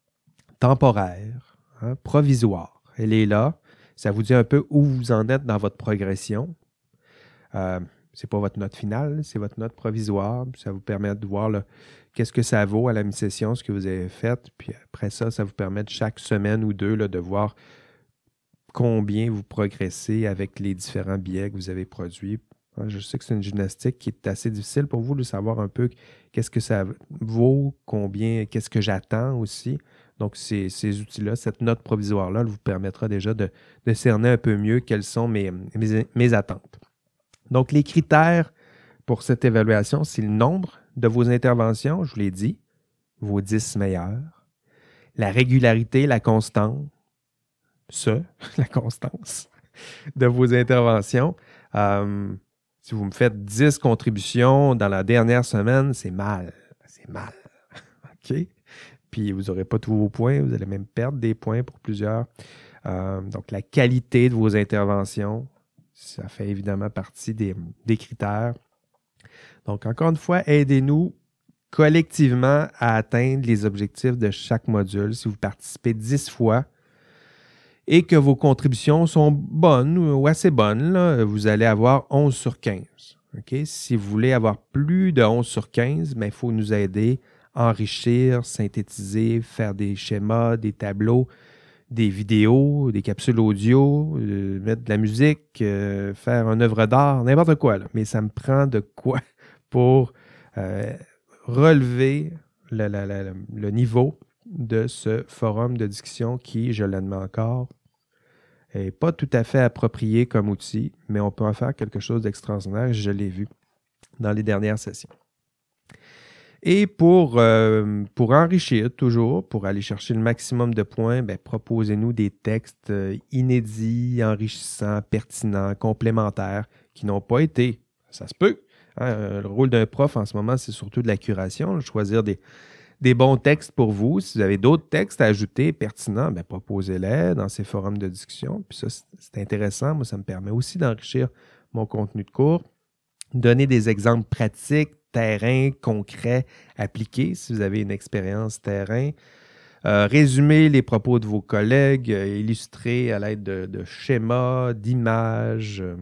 temporaire, hein, provisoire. Elle est là. Ça vous dit un peu où vous en êtes dans votre progression. Euh, ce n'est pas votre note finale, c'est votre note provisoire. Ça vous permet de voir là, qu'est-ce que ça vaut à la mi-session, ce que vous avez fait. Puis après ça, ça vous permet de chaque semaine ou deux là, de voir combien vous progressez avec les différents billets que vous avez produits. Je sais que c'est une gymnastique qui est assez difficile pour vous de savoir un peu qu'est-ce que ça vaut, combien, qu'est-ce que j'attends aussi. Donc, ces, ces outils-là, cette note provisoire-là, vous permettra déjà de, de cerner un peu mieux quelles sont mes, mes, mes attentes. Donc, les critères pour cette évaluation, c'est le nombre de vos interventions, je vous l'ai dit, vos dix meilleures, la régularité, la constance, ça, la constance de vos interventions. Euh, si vous me faites dix contributions dans la dernière semaine, c'est mal. C'est mal. OK? Puis vous n'aurez pas tous vos points. Vous allez même perdre des points pour plusieurs. Euh, donc, la qualité de vos interventions, ça fait évidemment partie des, des critères. Donc, encore une fois, aidez-nous collectivement à atteindre les objectifs de chaque module. Si vous participez dix fois, et que vos contributions sont bonnes ou assez bonnes, là, vous allez avoir onze sur quinze. Okay? Si vous voulez avoir plus de onze sur quinze, ben, il faut nous aider à enrichir, synthétiser, faire des schémas, des tableaux, des vidéos, des capsules audio, euh, mettre de la musique, euh, faire une œuvre d'art, n'importe quoi. Là. Mais ça me prend de quoi pour euh, relever le, le, le, le niveau de ce forum de discussion qui, je l'admets encore, n'est pas tout à fait approprié comme outil, mais on peut en faire quelque chose d'extraordinaire, je l'ai vu dans les dernières sessions. Et pour, euh, pour enrichir toujours, pour aller chercher le maximum de points, ben, proposez-nous des textes inédits, enrichissants, pertinents, complémentaires, qui n'ont pas été, ça se peut. Hein, le rôle d'un prof en ce moment, c'est surtout de la curation, choisir des des bons textes pour vous. Si vous avez d'autres textes à ajouter pertinents, bien, proposez-les dans ces forums de discussion. Puis ça, c'est intéressant. Moi, ça me permet aussi d'enrichir mon contenu de cours. Donner des exemples pratiques, terrain, concrets, appliqués, si vous avez une expérience terrain. Euh, résumer les propos de vos collègues, euh, illustrer à l'aide de, de schémas, d'images. Euh,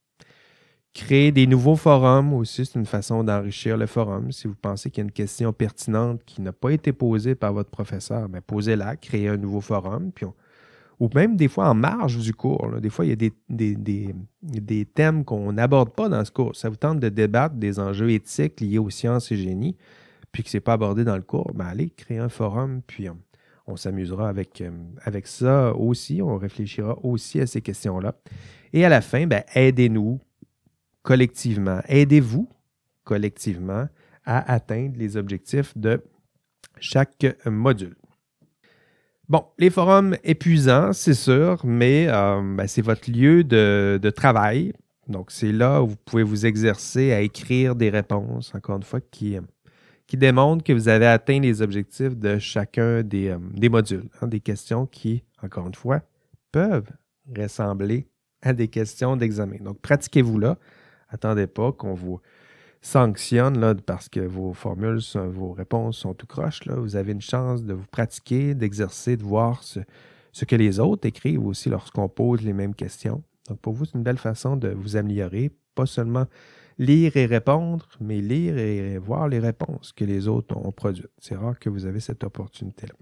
créer des nouveaux forums aussi, c'est une façon d'enrichir le forum. Si vous pensez qu'il y a une question pertinente qui n'a pas été posée par votre professeur, bien, posez-la, créez un nouveau forum. Puis on, ou même des fois en marge du cours. Là. Des fois, il y a des, des, des, des thèmes qu'on n'aborde pas dans ce cours. Ça vous tente de débattre des enjeux éthiques liés aux sciences et génie, puis que ce n'est pas abordé dans le cours, bien, allez créer un forum, puis on, on s'amusera avec, euh, avec ça aussi. On réfléchira aussi à ces questions-là. Et à la fin, bien, aidez-nous collectivement. Aidez-vous collectivement à atteindre les objectifs de chaque module. Bon, les forums épuisants, c'est sûr, mais euh, ben, c'est votre lieu de, de travail. Donc, c'est là où vous pouvez vous exercer à écrire des réponses, encore une fois, qui, qui démontrent que vous avez atteint les objectifs de chacun des, euh, des modules. Hein, des questions qui, encore une fois, peuvent ressembler à des questions d'examen. Donc, pratiquez-vous là. Attendez pas qu'on vous sanctionne là, parce que vos formules, vos réponses sont tout croches. Là. Vous avez une chance de vous pratiquer, d'exercer, de voir ce, ce que les autres écrivent aussi lorsqu'on pose les mêmes questions. Donc, pour vous, c'est une belle façon de vous améliorer. Pas seulement lire et répondre, mais lire et voir les réponses que les autres ont produites. C'est rare que vous avez cette opportunité-là.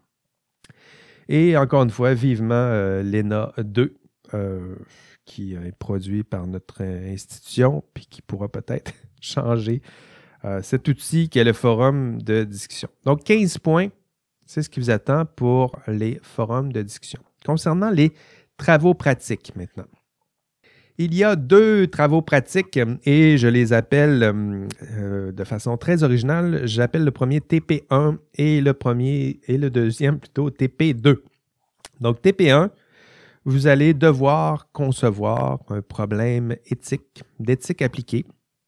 Et encore une fois, vivement euh, l'E N A deux, euh, qui est produit par notre institution, puis qui pourra peut-être changer euh, cet outil qui est le forum de discussion. Donc, quinze points, c'est ce qui vous attend pour les forums de discussion. Concernant les travaux pratiques maintenant. Il y a deux travaux pratiques et je les appelle euh, de façon très originale. J'appelle le premier T P un et le premier et le deuxième plutôt T P deux. Donc, T P un, vous allez devoir concevoir un problème éthique, d'éthique appliquée.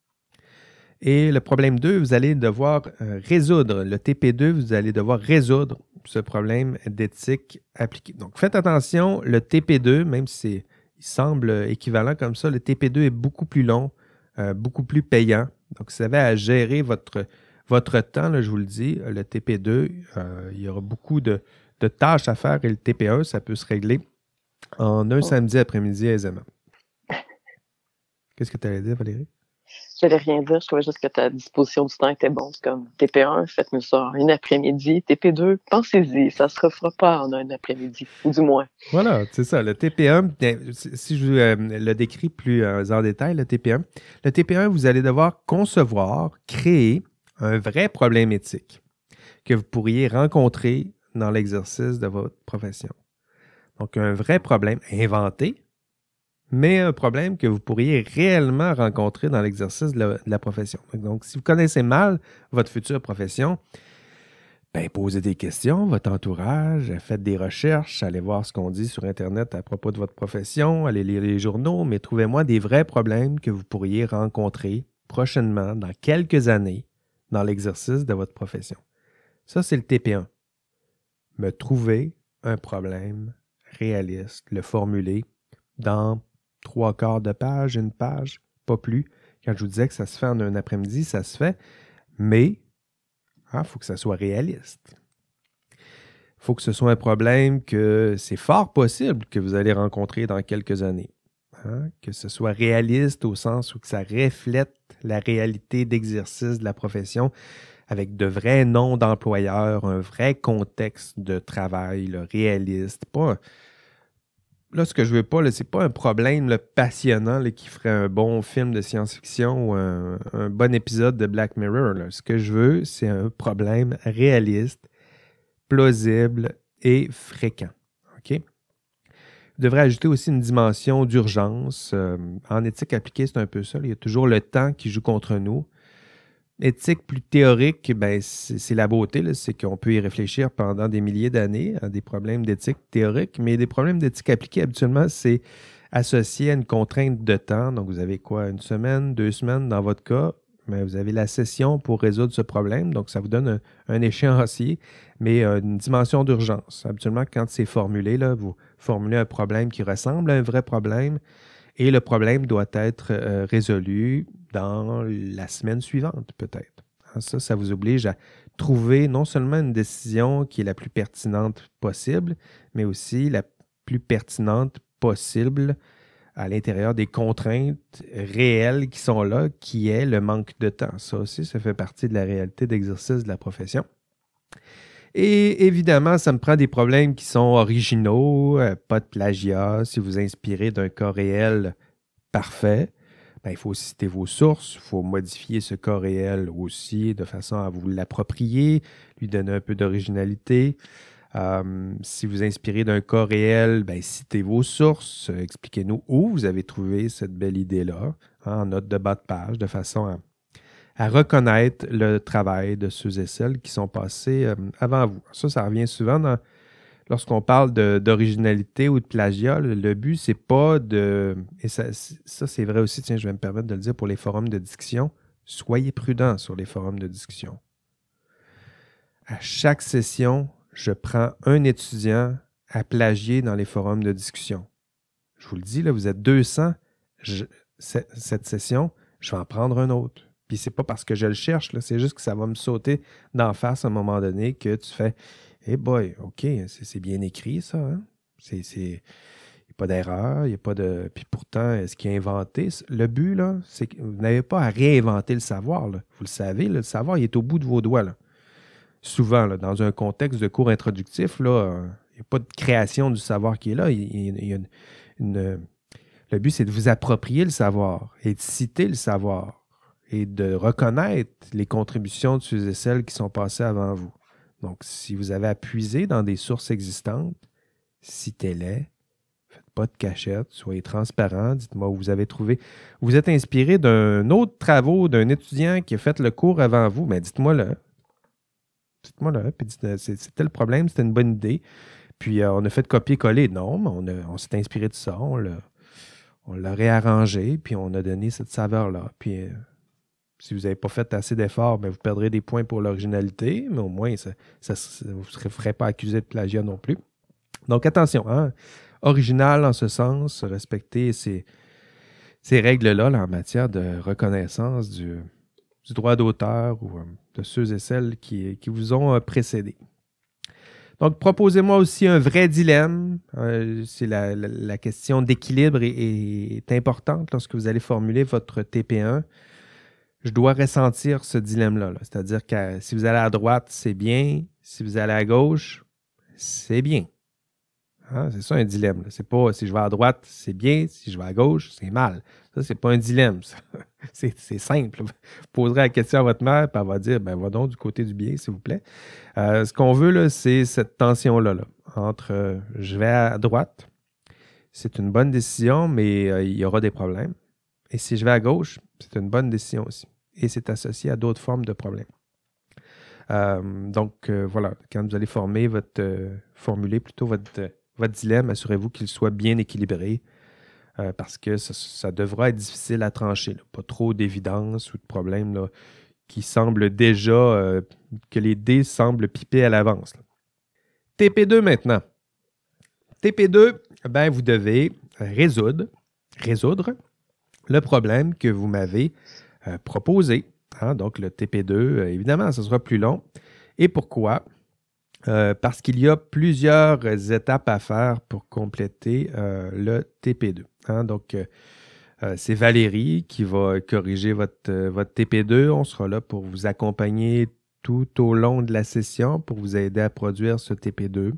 Et le problème deux, vous allez devoir euh, résoudre. Le T P deux, vous allez devoir résoudre ce problème d'éthique appliquée. Donc, faites attention, le T P deux, même si c'est, il semble équivalent comme ça, le T P deux est beaucoup plus long, euh, beaucoup plus payant. Donc, si vous avez à gérer votre, votre temps, là, je vous le dis, le T P deux, euh, il y aura beaucoup de, de tâches à faire et le T P un, ça peut se régler en un samedi après-midi aisément. Qu'est-ce que tu allais dire, Valérie? Je n'allais rien dire, je trouvais juste que ta disposition du temps était bonne. C'est comme T P un, faites-nous ça en une après-midi. T P deux, pensez-y, ça ne se refera pas en un après-midi, ou du moins. Voilà, c'est ça. Le T P un, si je euh, le décris plus euh, en détail, le T P un, le T P un, vous allez devoir concevoir, créer un vrai problème éthique que vous pourriez rencontrer dans l'exercice de votre profession. Donc, un vrai problème inventé, mais un problème que vous pourriez réellement rencontrer dans l'exercice de la, de la profession. Donc, si vous connaissez mal votre future profession, ben, posez des questions, votre entourage, faites des recherches, allez voir ce qu'on dit sur Internet à propos de votre profession, allez lire les journaux, mais trouvez-moi des vrais problèmes que vous pourriez rencontrer prochainement, dans quelques années, dans l'exercice de votre profession. Ça, c'est le T P un. Me trouver un problème réaliste, le formuler dans trois quarts de page, une page, pas plus. Quand je vous disais que ça se fait en un après-midi, ça se fait, mais il hein, faut que ça soit réaliste. Il faut que ce soit un problème que c'est fort possible que vous allez rencontrer dans quelques années. Hein? Que ce soit réaliste au sens où que ça reflète la réalité d'exercice de la profession avec de vrais noms d'employeurs, un vrai contexte de travail là, réaliste, pas... Là, ce que je veux pas, là, c'est pas un problème là, passionnant là, qui ferait un bon film de science-fiction ou un, un bon épisode de Black Mirror. Là. Ce que je veux, c'est un problème réaliste, plausible et fréquent. OK? Vous devrez ajouter aussi une dimension d'urgence. Euh, en éthique appliquée, c'est un peu ça. Là. Il y a toujours le temps qui joue contre nous. Éthique plus théorique, ben, c'est, c'est la beauté, là, c'est qu'on peut y réfléchir pendant des milliers d'années à des problèmes d'éthique théorique, mais des problèmes d'éthique appliquée, habituellement, c'est associé à une contrainte de temps. Donc, vous avez quoi, une semaine, deux semaines dans votre cas, mais vous avez la session pour résoudre ce problème. Donc, ça vous donne un, un échéancier, mais euh, une dimension d'urgence. Habituellement, quand c'est formulé, là, vous formulez un problème qui ressemble à un vrai problème et le problème doit être euh, résolu dans la semaine suivante, peut-être. Ça, ça vous oblige à trouver non seulement une décision qui est la plus pertinente possible, mais aussi la plus pertinente possible à l'intérieur des contraintes réelles qui sont là, qui est le manque de temps. Ça aussi, ça fait partie de la réalité d'exercice de la profession. Et évidemment, ça me prend des problèmes qui sont originaux, euh, pas de plagiat. Si vous inspirez d'un cas réel parfait, ben, il faut citer vos sources, il faut modifier ce cas réel aussi de façon à vous l'approprier, lui donner un peu d'originalité. Euh, si vous inspirez d'un cas réel, ben, citez vos sources, euh, expliquez-nous où vous avez trouvé cette belle idée-là, hein, en note de bas de page, de façon à, à reconnaître le travail de ceux et celles qui sont passés euh, avant vous. Ça, ça revient souvent dans, lorsqu'on parle de, d'originalité ou de plagiat. Le, le but, c'est pas de... Et ça, ça, c'est vrai aussi, tiens, je vais me permettre de le dire pour les forums de discussion. Soyez prudents sur les forums de discussion. À chaque session, je prends un étudiant à plagier dans les forums de discussion. Je vous le dis, là, vous êtes deux cents. Je, cette session, je vais en prendre un autre. Puis c'est pas parce que je le cherche, là, c'est juste que ça va me sauter d'en face à un moment donné que tu fais « Hey boy, OK, c'est, c'est bien écrit ça. Hein? C'est, c'est, il n'y a pas d'erreur, il n'y a pas de... Puis pourtant, est-ce qu'il a inventé? Le but, là, c'est que vous n'avez pas à réinventer le savoir. Là. Vous le savez, là, le savoir, il est au bout de vos doigts. Là. Souvent, là, dans un contexte de cours introductif, là, euh, il n'y a pas de création du savoir qui est là. Il, il, il y a une, une, le but, c'est de vous approprier le savoir et de citer le savoir et de reconnaître les contributions de ceux et celles qui sont passés avant vous. Donc, si vous avez à puiser dans des sources existantes, citez-les. Faites pas de cachette, soyez transparent. Dites-moi où vous avez trouvé. Vous êtes inspiré d'un autre travaux d'un étudiant qui a fait le cours avant vous, mais dites-moi-le. Dites-moi là, puis dites, c'est, c'était le problème, c'était une bonne idée. Puis euh, on a fait copier-coller. Non, mais on, a, on s'est inspiré de ça, on l'a, on l'a réarrangé, puis on a donné cette saveur-là. Puis euh, si vous n'avez pas fait assez d'efforts, bien, vous perdrez des points pour l'originalité, mais au moins, ça, ça, ça, vous ne serez pas accusé de plagiat non plus. Donc attention, hein, original en ce sens, respecter ces, ces règles-là là, en matière de reconnaissance du, du droit d'auteur ou euh, de ceux et celles qui, qui vous ont euh, précédé. Donc, proposez-moi aussi un vrai dilemme. Euh, c'est la, la, la question d'équilibre est, est importante lorsque vous allez formuler votre T P un. Je dois ressentir ce dilemme-là. Là. C'est-à-dire que si vous allez à droite, c'est bien. Si vous allez à gauche, c'est bien. Hein? C'est ça un dilemme. Là. C'est pas si je vais à droite, c'est bien. Si je vais à gauche, c'est mal. Ça, c'est pas un dilemme. Ça. C'est, c'est simple. Vous poserez la question à votre mère, puis elle va dire, ben, va donc du côté du bien, s'il vous plaît. Euh, ce qu'on veut, là, c'est cette tension-là, là, entre euh, je vais à droite, c'est une bonne décision, mais euh, il y aura des problèmes. Et si je vais à gauche, c'est une bonne décision aussi. Et c'est associé à d'autres formes de problèmes. Euh, donc, euh, voilà, quand vous allez former votre, euh, formuler plutôt votre, votre dilemme, assurez-vous qu'il soit bien équilibré. Euh, parce que ça, ça devra être difficile à trancher. Là. Pas trop d'évidence ou de problème là, qui semble déjà, euh, que les dés semblent piper à l'avance. Là. T P deux maintenant. T P deux, ben, vous devez résoudre, résoudre le problème que vous m'avez euh, proposé. Hein? Donc, le T P deux, euh, évidemment, ça sera plus long. Et pourquoi? Euh, parce qu'il y a plusieurs étapes à faire pour compléter euh, le T P deux. Hein? Donc, euh, euh, c'est Valérie qui va corriger votre, euh, votre T P deux. On sera là pour vous accompagner tout au long de la session pour vous aider à produire ce T P deux.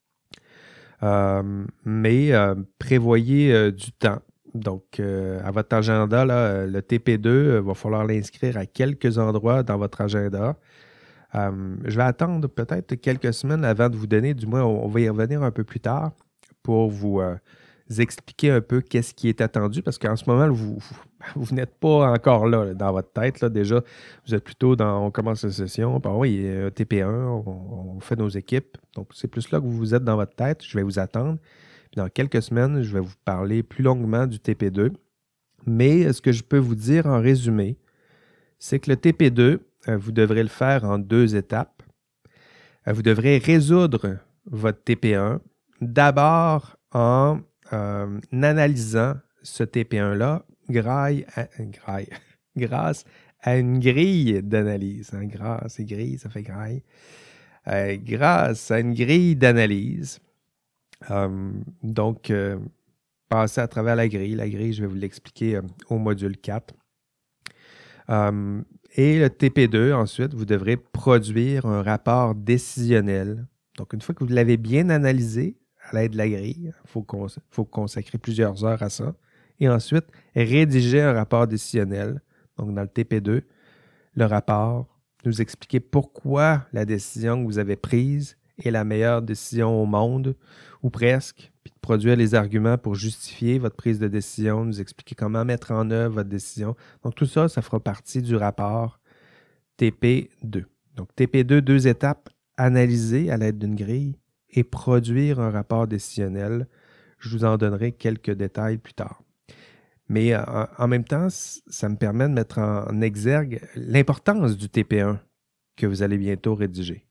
Euh, mais euh, prévoyez euh, du temps. Donc, euh, à votre agenda, là, le T P deux, il euh, va falloir l'inscrire à quelques endroits dans votre agenda. Euh, je vais attendre peut-être quelques semaines avant de vous donner, du moins on, on va y revenir un peu plus tard pour vous, euh, vous expliquer un peu qu'est-ce qui est attendu parce qu'en ce moment, vous, vous, vous n'êtes pas encore là, là dans votre tête. Là, déjà, vous êtes plutôt dans, on commence la session, puis, oui, il y a un T P un, on, on fait nos équipes. Donc, c'est plus là que vous êtes dans votre tête. Je vais vous attendre. Puis dans quelques semaines, je vais vous parler plus longuement du T P deux. Mais ce que je peux vous dire en résumé, c'est que le T P deux, euh, vous devrez le faire en deux étapes. Euh, vous devrez résoudre votre T P un d'abord en euh, analysant ce T P un-là graille à, graille, grâce à une grille d'analyse. Hein, grâce et grille, ça fait graille. Euh, grâce à une grille d'analyse. Euh, donc, euh, passez à travers la grille. La grille, je vais vous l'expliquer euh, au module quatre. Euh, et le T P deux, ensuite, vous devrez produire un rapport décisionnel. Donc, une fois que vous l'avez bien analysé à l'aide de la grille, il faut, cons- faut consacrer plusieurs heures à ça. Et ensuite, rédiger un rapport décisionnel. Donc, dans le T P deux, le rapport, nous expliquer pourquoi la décision que vous avez prise est la meilleure décision au monde, ou presque, puis de produire les arguments pour justifier votre prise de décision, nous expliquer comment mettre en œuvre votre décision. Donc, tout ça, ça fera partie du rapport T P deux. Donc, T P deux, deux étapes, analyser à l'aide d'une grille et produire un rapport décisionnel. Je vous en donnerai quelques détails plus tard. Mais en, en même temps, ça me permet de mettre en, en exergue l'importance du T P un que vous allez bientôt rédiger.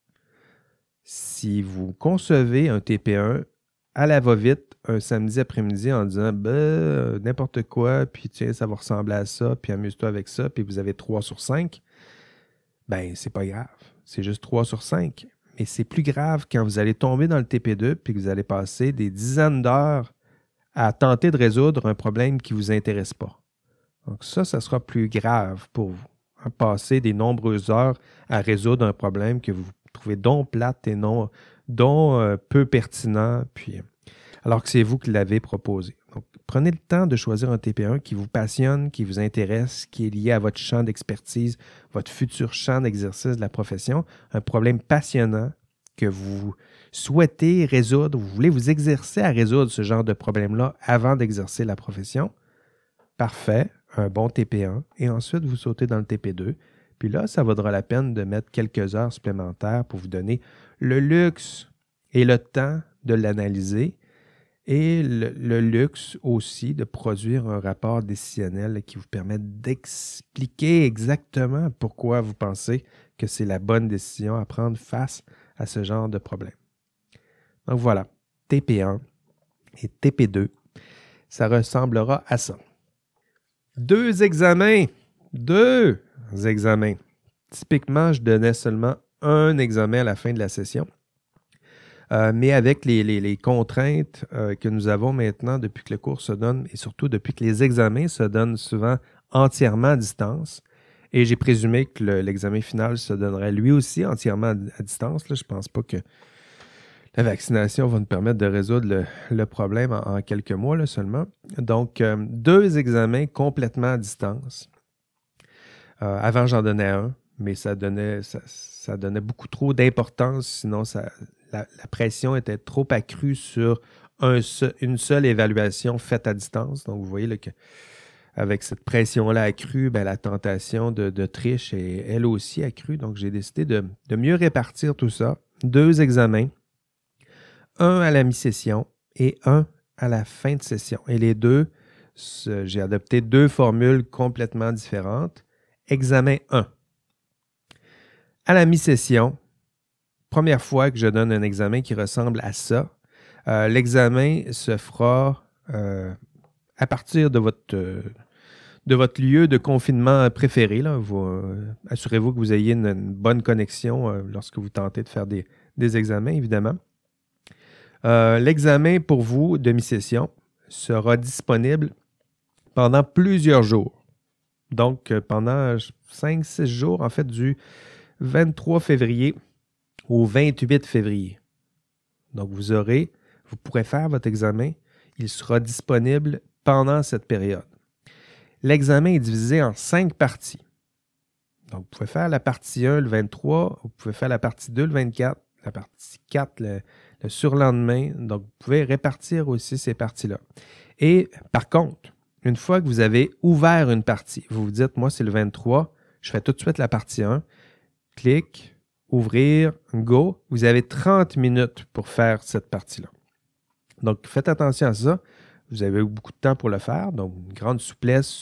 Si vous concevez un T P un à la va-vite un samedi après-midi en disant ben, n'importe quoi, puis tiens, ça va ressembler à ça, puis amuse-toi avec ça, puis vous avez trois sur cinq, ben c'est pas grave. C'est juste trois sur cinq. Mais c'est plus grave quand vous allez tomber dans le T P deux puis que vous allez passer des dizaines d'heures à tenter de résoudre un problème qui ne vous intéresse pas. Donc ça, ça sera plus grave pour vous. Hein, passer des nombreuses heures à résoudre un problème que vous trouvez donc plate et non, donc euh, peu pertinent, puis, alors que c'est vous qui l'avez proposé. Donc, prenez le temps de choisir un T P un qui vous passionne, qui vous intéresse, qui est lié à votre champ d'expertise, votre futur champ d'exercice de la profession, un problème passionnant que vous souhaitez résoudre, vous voulez vous exercer à résoudre ce genre de problème-là avant d'exercer la profession. Parfait, un bon T P un, et ensuite vous sautez dans le T P deux. Puis là, ça vaudra la peine de mettre quelques heures supplémentaires pour vous donner le luxe et le temps de l'analyser et le, le luxe aussi de produire un rapport décisionnel qui vous permette d'expliquer exactement pourquoi vous pensez que c'est la bonne décision à prendre face à ce genre de problème. Donc voilà, T P un et T P deux, ça ressemblera à ça. Deux examens, deux examens. Typiquement, je donnais seulement un examen à la fin de la session. Euh, mais avec les, les, les contraintes euh, que nous avons maintenant depuis que le cours se donne et surtout depuis que les examens se donnent souvent entièrement à distance, et j'ai présumé que le, l'examen final se donnerait lui aussi entièrement à, à distance. Là, je ne pense pas que la vaccination va nous permettre de résoudre le, le problème en, en quelques mois là, seulement. Donc, euh, deux examens complètement à distance. Euh, avant, j'en donnais un, mais ça donnait, ça, ça donnait beaucoup trop d'importance, sinon ça, la, la pression était trop accrue sur un seul, une seule évaluation faite à distance. Donc, vous voyez là, que avec cette pression-là accrue, ben, la tentation de, de triche est elle aussi accrue. Donc, j'ai décidé de, de mieux répartir tout ça. Deux examens, un à la mi-session et un à la fin de session. Et les deux, j'ai adopté deux formules complètement différentes. Examen un. À la mi-session, première fois que je donne un examen qui ressemble à ça, euh, l'examen se fera euh, à partir de votre, euh, de votre lieu de confinement préféré. Là. Vous, euh, assurez-vous que vous ayez une, une bonne connexion euh, lorsque vous tentez de faire des, des examens, évidemment. Euh, l'examen pour vous de mi-session sera disponible pendant plusieurs jours. Donc, pendant cinq six jours, en fait, du vingt-trois février au vingt-huit février. Donc, vous aurez, vous pourrez faire votre examen. Il sera disponible pendant cette période. L'examen est divisé en cinq parties. Donc, vous pouvez faire la partie un le vingt-trois, vous pouvez faire la partie deux le vingt-quatre, la partie quatre le, le surlendemain. Donc, vous pouvez répartir aussi ces parties-là. Et par contre, une fois que vous avez ouvert une partie, vous vous dites, moi, c'est le vingt-trois, je fais tout de suite la partie un, clic, ouvrir, go. Vous avez trente minutes pour faire cette partie-là. Donc, faites attention à ça. Vous avez eu beaucoup de temps pour le faire, donc une grande souplesse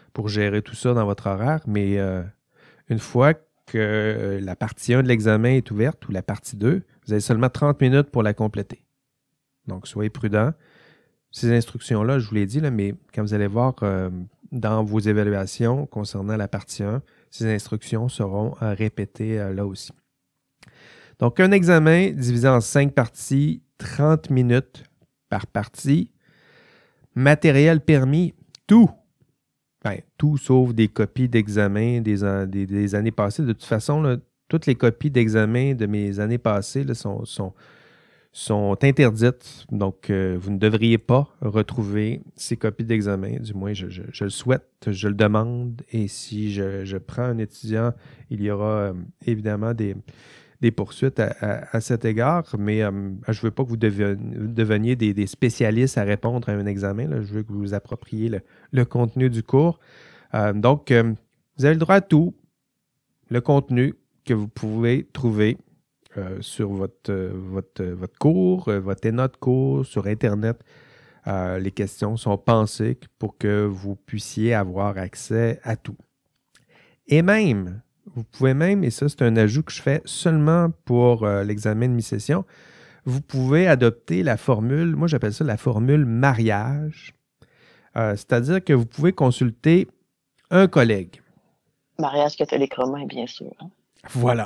pour gérer tout ça dans votre horaire. Mais euh, une fois que la partie un de l'examen est ouverte ou la partie deux, vous avez seulement trente minutes pour la compléter. Donc, soyez prudents. Ces instructions-là, je vous l'ai dit, là, mais quand vous allez voir euh, dans vos évaluations concernant la partie un, ces instructions seront euh, répétées euh, là aussi. Donc, un examen divisé en cinq parties, trente minutes par partie. Matériel permis, tout. Ben, tout sauf des copies d'examen des, an- des, des années passées. De toute façon, là, toutes les copies d'examen de mes années passées là, sont, sont, sont interdites. Donc, euh, vous ne devriez pas retrouver ces copies d'examen. Du moins, je, je, je le souhaite, je le demande. Et si je, je prends un étudiant, il y aura euh, évidemment des, des poursuites à, à, à cet égard. Mais euh, je ne veux pas que vous deveniez, deveniez des, des spécialistes à répondre à un examen. Là. Je veux que vous vous appropriez le, le contenu du cours. Euh, donc, euh, vous avez le droit à tout. Le contenu que vous pouvez trouver Euh, sur votre, euh, votre, euh, votre cours, euh, votre E N A de cours, sur Internet. Euh, les questions sont pensées pour que vous puissiez avoir accès à tout. Et même, vous pouvez même, et ça c'est un ajout que je fais seulement pour euh, l'examen de mi-session, vous pouvez adopter la formule, moi j'appelle ça la formule mariage, euh, c'est-à-dire que vous pouvez consulter un collègue. Mariage catholique romain, bien sûr. Hein? Voilà.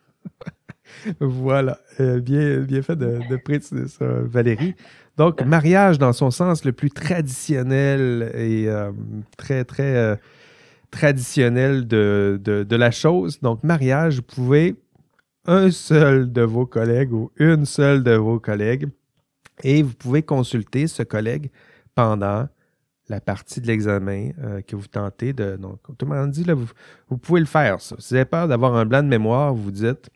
Voilà, euh, bien, bien fait de, de préciser ça, Valérie. Donc, mariage dans son sens le plus traditionnel et euh, très, très euh, traditionnel de, de, de la chose. Donc, mariage, vous pouvez un seul de vos collègues ou une seule de vos collègues et vous pouvez consulter ce collègue pendant la partie de l'examen euh, que vous tentez de... Donc, tout le monde dit, là, vous, vous pouvez le faire, ça. Si vous avez peur d'avoir un blanc de mémoire, vous dites...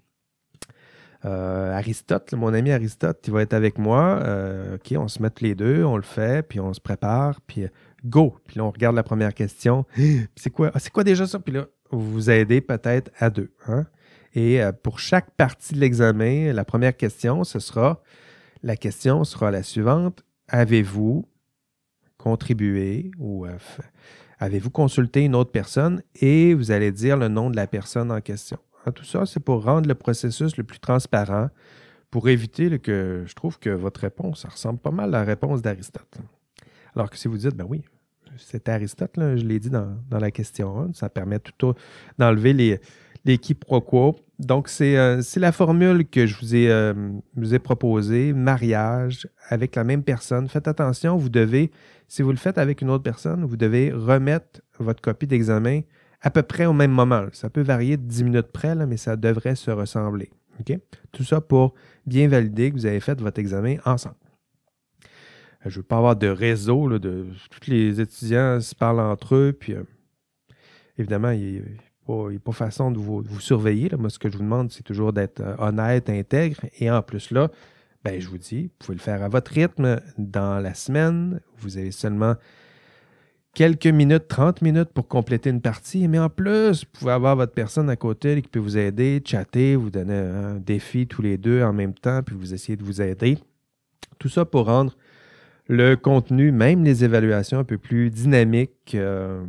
Euh, Aristote, mon ami Aristote, il va être avec moi. Euh, OK, on se met tous les deux, on le fait, puis on se prépare, puis euh, go! Puis là, on regarde la première question. Puis c'est quoi? Ah, c'est quoi déjà ça? Puis là, vous vous aidez peut-être à deux. Hein? Et euh, pour chaque partie de l'examen, la première question, ce sera, la question sera la suivante. Avez-vous contribué ou euh, f- avez-vous consulté une autre personne? Et vous allez dire le nom de la personne en question. Tout ça, c'est pour rendre le processus le plus transparent, pour éviter là, que je trouve que votre réponse, ça ressemble pas mal à la réponse d'Aristote. Alors que si vous dites, ben oui, c'était Aristote, là, je l'ai dit dans, dans la question un, ça permet tout d'enlever les, les quiproquos. Donc, c'est, euh, c'est la formule que je vous ai, euh, vous ai proposée, mariage avec la même personne. Faites attention, vous devez, si vous le faites avec une autre personne, vous devez remettre votre copie d'examen à peu près au même moment. Ça peut varier de dix minutes près, là, mais ça devrait se ressembler. Okay? Tout ça pour bien valider que vous avez fait votre examen ensemble. Je ne veux pas avoir de réseau, là, de tous les étudiants se parlent entre eux, puis euh, évidemment, il n'y a pas façon de vous, de vous surveiller. Là. Moi, ce que je vous demande, c'est toujours d'être euh, honnête, intègre, et en plus là, ben, je vous dis, vous pouvez le faire à votre rythme dans la semaine. Vous avez seulement quelques minutes, trente minutes pour compléter une partie, mais en plus, vous pouvez avoir votre personne à côté qui peut vous aider, chatter, vous donner un défi tous les deux en même temps, puis vous essayez de vous aider. Tout ça pour rendre le contenu, même les évaluations, un peu plus dynamiques, euh,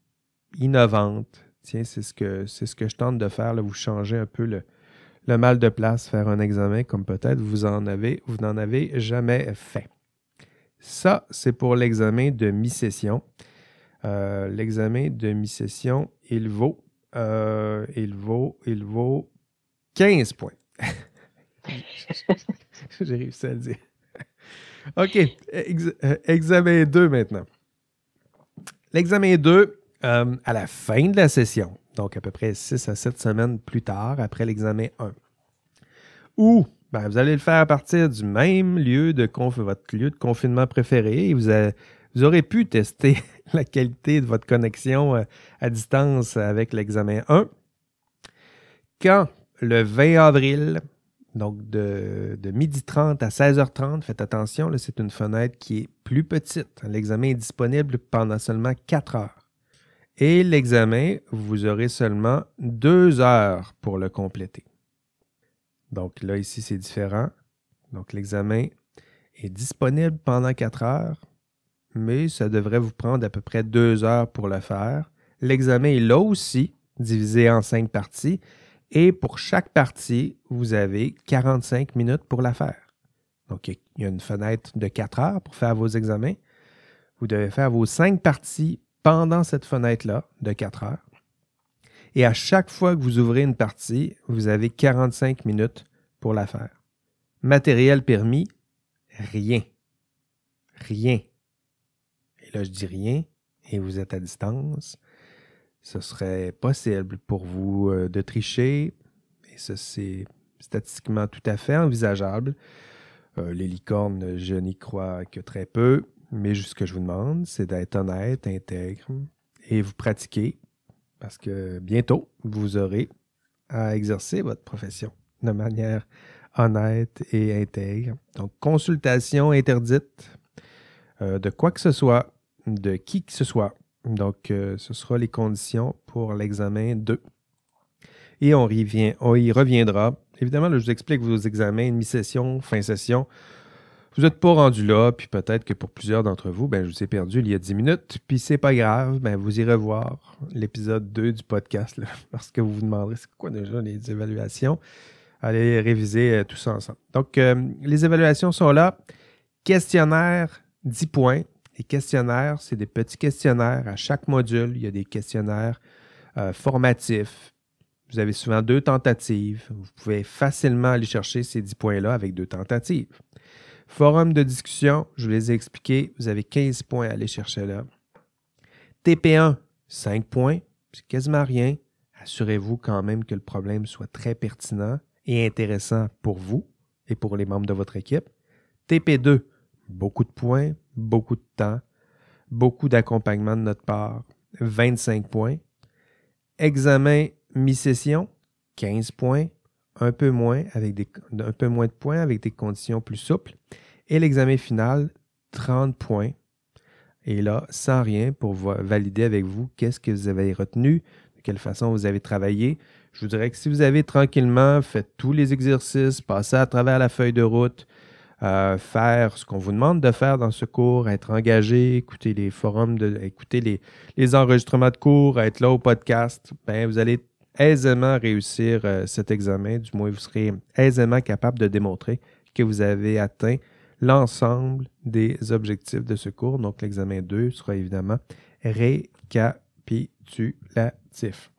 innovantes. Tiens, c'est ce que, c'est ce que je tente de faire, là, vous changez un peu le, le mal de place, faire un examen comme peut-être vous en avez, vous n'en avez jamais fait. Ça, c'est pour l'examen de mi-session. Euh, l'examen de mi-session, il vaut, euh, il vaut, il vaut quinze points. J'ai réussi à le dire. OK. Ex- euh, examen deux maintenant. L'examen deux, euh, à la fin de la session, donc à peu près six à sept semaines plus tard, après l'examen un, où ben, vous allez le faire à partir du même lieu de conf- votre lieu de confinement préféré et vous avez Vous aurez pu tester la qualité de votre connexion euh, à distance avec l'examen un. Quand le vingt avril, donc de, de midi trente à seize heures trente, faites attention, là, c'est une fenêtre qui est plus petite. L'examen est disponible pendant seulement quatre heures. Et l'examen, vous aurez seulement deux heures pour le compléter. Donc là, ici, c'est différent. Donc l'examen est disponible pendant quatre heures. mais ça devrait vous prendre à peu près deux heures pour le faire. L'examen est là aussi, divisé en cinq parties, et pour chaque partie, vous avez quarante-cinq minutes pour la faire. Donc, il y a une fenêtre de quatre heures pour faire vos examens. Vous devez faire vos cinq parties pendant cette fenêtre-là de quatre heures. Et à chaque fois que vous ouvrez une partie, vous avez quarante-cinq minutes pour la faire. Matériel permis, rien. Rien. Et là, je dis rien, et vous êtes à distance. Ce serait possible pour vous euh, de tricher, et ça, c'est statistiquement tout à fait envisageable. Euh, les licornes, je n'y crois que très peu, mais ce que je vous demande, c'est d'être honnête, intègre, et vous pratiquer, parce que bientôt, vous aurez à exercer votre profession de manière honnête et intègre. Donc, consultation interdite euh, de quoi que ce soit, de qui que ce soit. Donc, euh, ce sera les conditions pour l'examen deux. Et on, revient, on y reviendra. Évidemment, là, je vous explique vos examens, mi-session, fin session. Vous n'êtes pas rendu là, puis peut-être que pour plusieurs d'entre vous, ben, je vous ai perdu il y a dix minutes, puis c'est pas grave, ben, vous irez voir l'épisode deux du podcast, là, parce que vous vous demanderez c'est quoi déjà les évaluations. Allez réviser euh, tout ça ensemble. Donc, euh, les évaluations sont là. Questionnaire, dix points. Les questionnaires, c'est des petits questionnaires. À chaque module, il y a des questionnaires euh, formatifs. Vous avez souvent deux tentatives. Vous pouvez facilement aller chercher ces dix points-là avec deux tentatives. Forum de discussion, je vous les ai expliqués. Vous avez quinze points à aller chercher là. T P un, cinq points. C'est quasiment rien. Assurez-vous quand même que le problème soit très pertinent et intéressant pour vous et pour les membres de votre équipe. T P deux, beaucoup de points, beaucoup de temps, beaucoup d'accompagnement de notre part, vingt-cinq points. Examen mi-session, quinze points, un peu moins avec des, un peu moins de points avec des conditions plus souples. Et l'examen final, trente points. Et là, sans rien pour valider avec vous qu'est-ce que vous avez retenu, de quelle façon vous avez travaillé. Je vous dirais que si vous avez tranquillement fait tous les exercices, passé à travers la feuille de route, euh, faire ce qu'on vous demande de faire dans ce cours, être engagé, écouter les forums, de, écouter les, les enregistrements de cours, être là au podcast, ben, vous allez aisément réussir euh, cet examen. Du moins, vous serez aisément capable de démontrer que vous avez atteint l'ensemble des objectifs de ce cours. Donc, l'examen deux sera évidemment récapitulatif.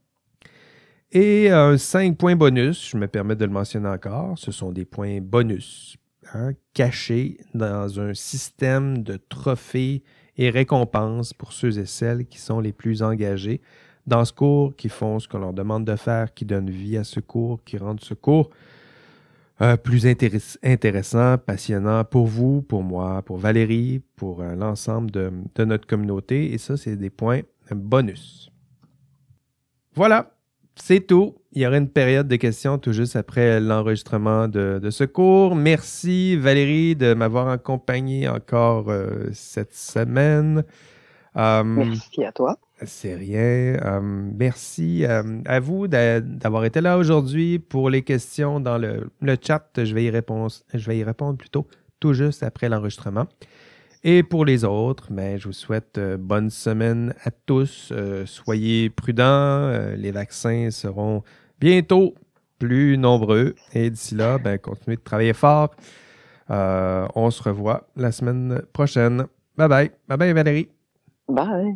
Et un cinq points bonus, je me permets de le mentionner encore, ce sont des points bonus hein, cachés dans un système de trophées et récompenses pour ceux et celles qui sont les plus engagés dans ce cours, qui font ce qu'on leur demande de faire, qui donnent vie à ce cours, qui rendent ce cours euh, plus intéress- intéressant, passionnant pour vous, pour moi, pour Valérie, pour euh, l'ensemble de, de notre communauté. Et ça, c'est des points bonus. Voilà, c'est tout. Il y aura une période de questions tout juste après l'enregistrement de, de ce cours. Merci Valérie de m'avoir accompagné encore euh, cette semaine. Euh, merci à toi. C'est rien. Euh, merci euh, à vous d'a, d'avoir été là aujourd'hui pour les questions dans le, le chat. Je vais y répondre, je vais y répondre plutôt tout juste après l'enregistrement. Et pour les autres, ben, je vous souhaite euh, bonne semaine à tous. Euh, soyez prudents. Euh, les vaccins seront bientôt plus nombreux. Et d'ici là, ben, continuez de travailler fort. Euh, on se revoit la semaine prochaine. Bye bye. Bye bye Valérie. Bye.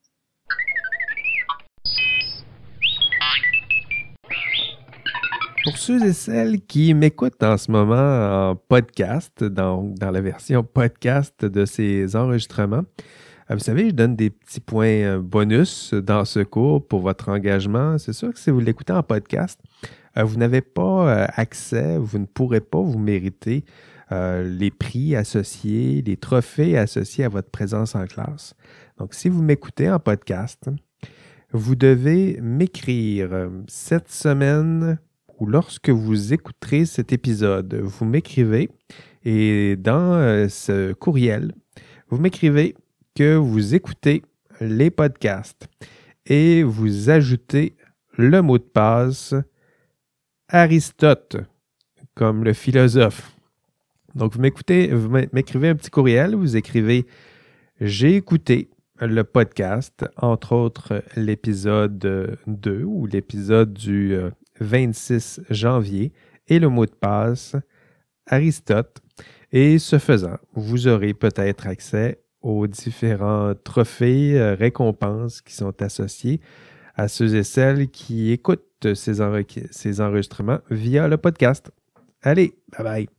Pour ceux et celles qui m'écoutent en ce moment en podcast, dans, dans la version podcast de ces enregistrements, vous savez, je donne des petits points bonus dans ce cours pour votre engagement. C'est sûr que si vous l'écoutez en podcast, vous n'avez pas accès, vous ne pourrez pas vous mériter euh, les prix associés, les trophées associés à votre présence en classe. Donc, si vous m'écoutez en podcast, vous devez m'écrire cette semaine ou lorsque vous écouterez cet épisode, vous m'écrivez et dans euh, ce courriel, vous m'écrivez que vous écoutez les podcasts et vous ajoutez le mot de passe Aristote, comme le philosophe. Donc, vous m'écoutez, vous m'écrivez un petit courriel, vous écrivez J'ai écouté le podcast, entre autres l'épisode deux ou l'épisode du vingt-six janvier et le mot de passe Aristote. Et ce faisant, vous aurez peut-être accès aux différents trophées, euh, récompenses qui sont associés à ceux et celles qui écoutent ces, enre- ces enregistrements via le podcast. Allez, bye bye!